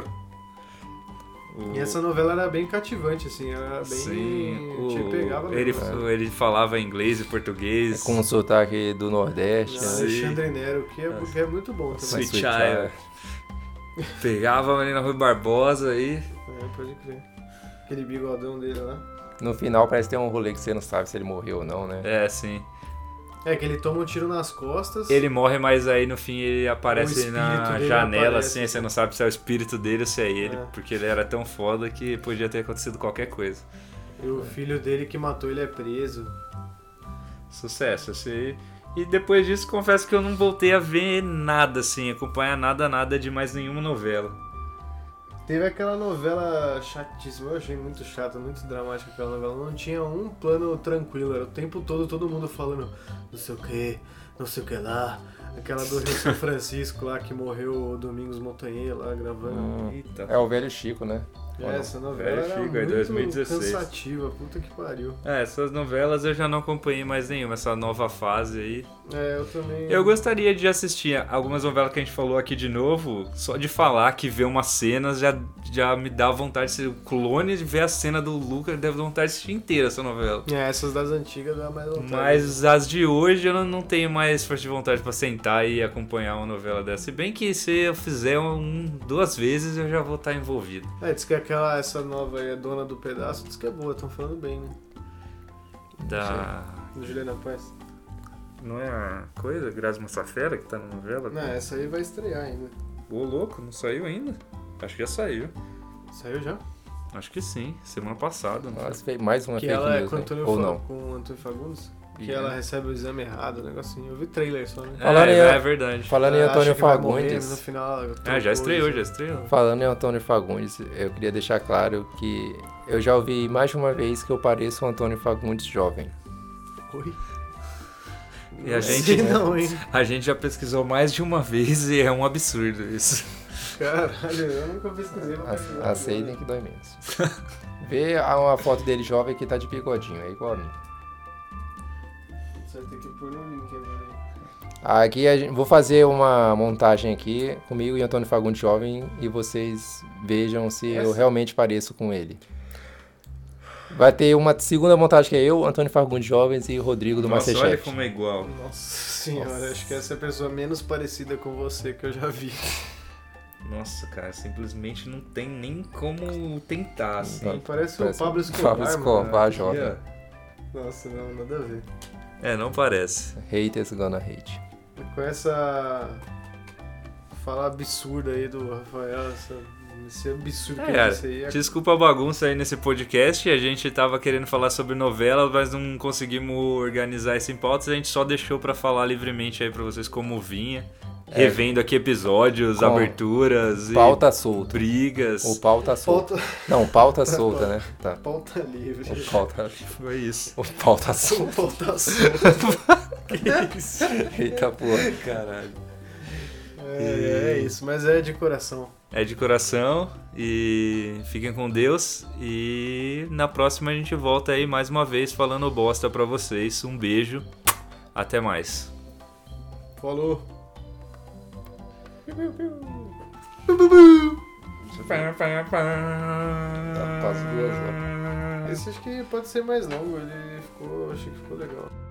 O- E essa novela era bem cativante, assim, era bem... Sim, te o- pegava ele, mesmo. ele falava inglês e português. Com o sotaque do Nordeste. Não, né? Sim. Alexandre Nero, que é, que é muito bom também. Sweet Sweet Child. Pegava ali na Rui Barbosa aí. É, pode crer. Aquele bigodão dele lá. No final parece que tem um rolê que você não sabe se ele morreu ou não, né? É, sim. É, que ele toma um tiro nas costas. Ele morre, mas aí no fim ele O aparece espírito na dele janela, aparece, assim, assim. você não sabe se é o espírito dele ou se é ele. É. Porque ele era tão foda que podia ter acontecido qualquer coisa. E o filho dele que matou ele é preso. Sucesso, assim. E depois disso, confesso que eu não voltei a ver nada, assim, acompanhar nada, nada de mais nenhuma novela. Teve aquela novela chatíssima, eu achei muito chata, muito dramática aquela novela. Não tinha um plano tranquilo, era o tempo todo todo mundo falando não sei o que, não sei o que lá. Aquela do Rio São Francisco lá que morreu o Domingos Montanheiro lá gravando. Hum. Eita. É o velho Chico, né? É, essa novela Velho era Chico, é muito dois mil e dezesseis. cansativa, puta que pariu. É, essas novelas eu já não acompanhei mais nenhuma, essa nova fase aí. É, eu também... Eu gostaria de assistir algumas novelas que a gente falou aqui de novo, só de falar que ver umas cenas já, já me dá vontade de ser o clone, de ver a cena do Lucas, deve dar vontade de assistir inteira essa novela. É, essas das antigas dá mais vontade. Mas as de hoje eu não, não tenho mais força de vontade pra sentar e acompanhar uma novela dessa. Se bem que se eu fizer um, duas vezes eu já vou estar envolvido. É, diz que aquela, essa nova aí, a Dona do Pedaço, diz que é boa, estão falando bem, né? Da... Do Juliana Paz. Não é a coisa? Grazi Massafera que tá na novela? Não, essa aí vai estrear ainda. Ô, louco, não saiu ainda? Acho que já saiu. Saiu já? Acho que sim, semana passada. Não Mas fez mais uma Que fake ela é news, com o né? Antônio, Ou Fa- não. com o Antônio Fagundes. Que Ih, ela né? recebe o exame errado, um negocinho. Eu vi trailer só, né? Falando é, em- é verdade. Falando em Ela acha Antônio que vai morrer, Fagundes... no final, ela É, trocou já estreou, o já exame. estreou. Falando em Antônio Fagundes, eu queria deixar claro que eu já ouvi mais de uma vez que eu pareço o Antônio Fagundes jovem. Oi? E a Não gente- sei não, hein? A gente já pesquisou mais de uma vez e é um absurdo isso. Caralho, eu nunca pesquisei. vou Ace- pesquisar Aceitem agora. que dói menos. Vê a- uma foto dele jovem que tá de bigodinho, é igual a mim. Você vai ter que pôr no link agora aí. Aqui a gente, vou fazer uma montagem aqui comigo e Antônio Fagundes jovem e vocês vejam se eu Essa- realmente pareço com ele. Vai ter uma segunda montagem que é eu, Antônio Fagundes jovens e Rodrigo do Nossa, olha Masterchef. como é igual. Nossa senhora, Nossa. acho que essa é a pessoa menos parecida com você que eu já vi. Nossa, cara, simplesmente não tem nem como tentar, assim. Não. Parece, Parece o Pablo Escobar. Pablo Escobar, mano. jovem. Aqui, Nossa, não, nada a ver. ó. É, não parece. Haters gonna hate. Com essa fala absurda aí do Rafael, essa, esse absurdo que É, ele cara, disse aí. é- desculpa a bagunça aí nesse podcast. A gente tava querendo falar sobre novela, mas não conseguimos organizar isso em pautas. A gente só deixou pra falar livremente aí pra vocês como vinha. É. Revendo aqui episódios, Com aberturas Pauta e solto. brigas. O pau tá solto. Pauta, Não, pauta solta, né? Tá. pauta livre. O pau tá, Foi isso. o pau tá solto. Pauta solta. Que isso? Eita porra. Caralho. É, é isso, mas é de coração. É de coração e fiquem com Deus. E na próxima a gente volta aí mais uma vez falando bosta pra vocês. Um beijo. Até mais. Falou. Tá, tá as duas, ó. Esse acho que pode ser mais longo, ele ficou, achei que ficou legal.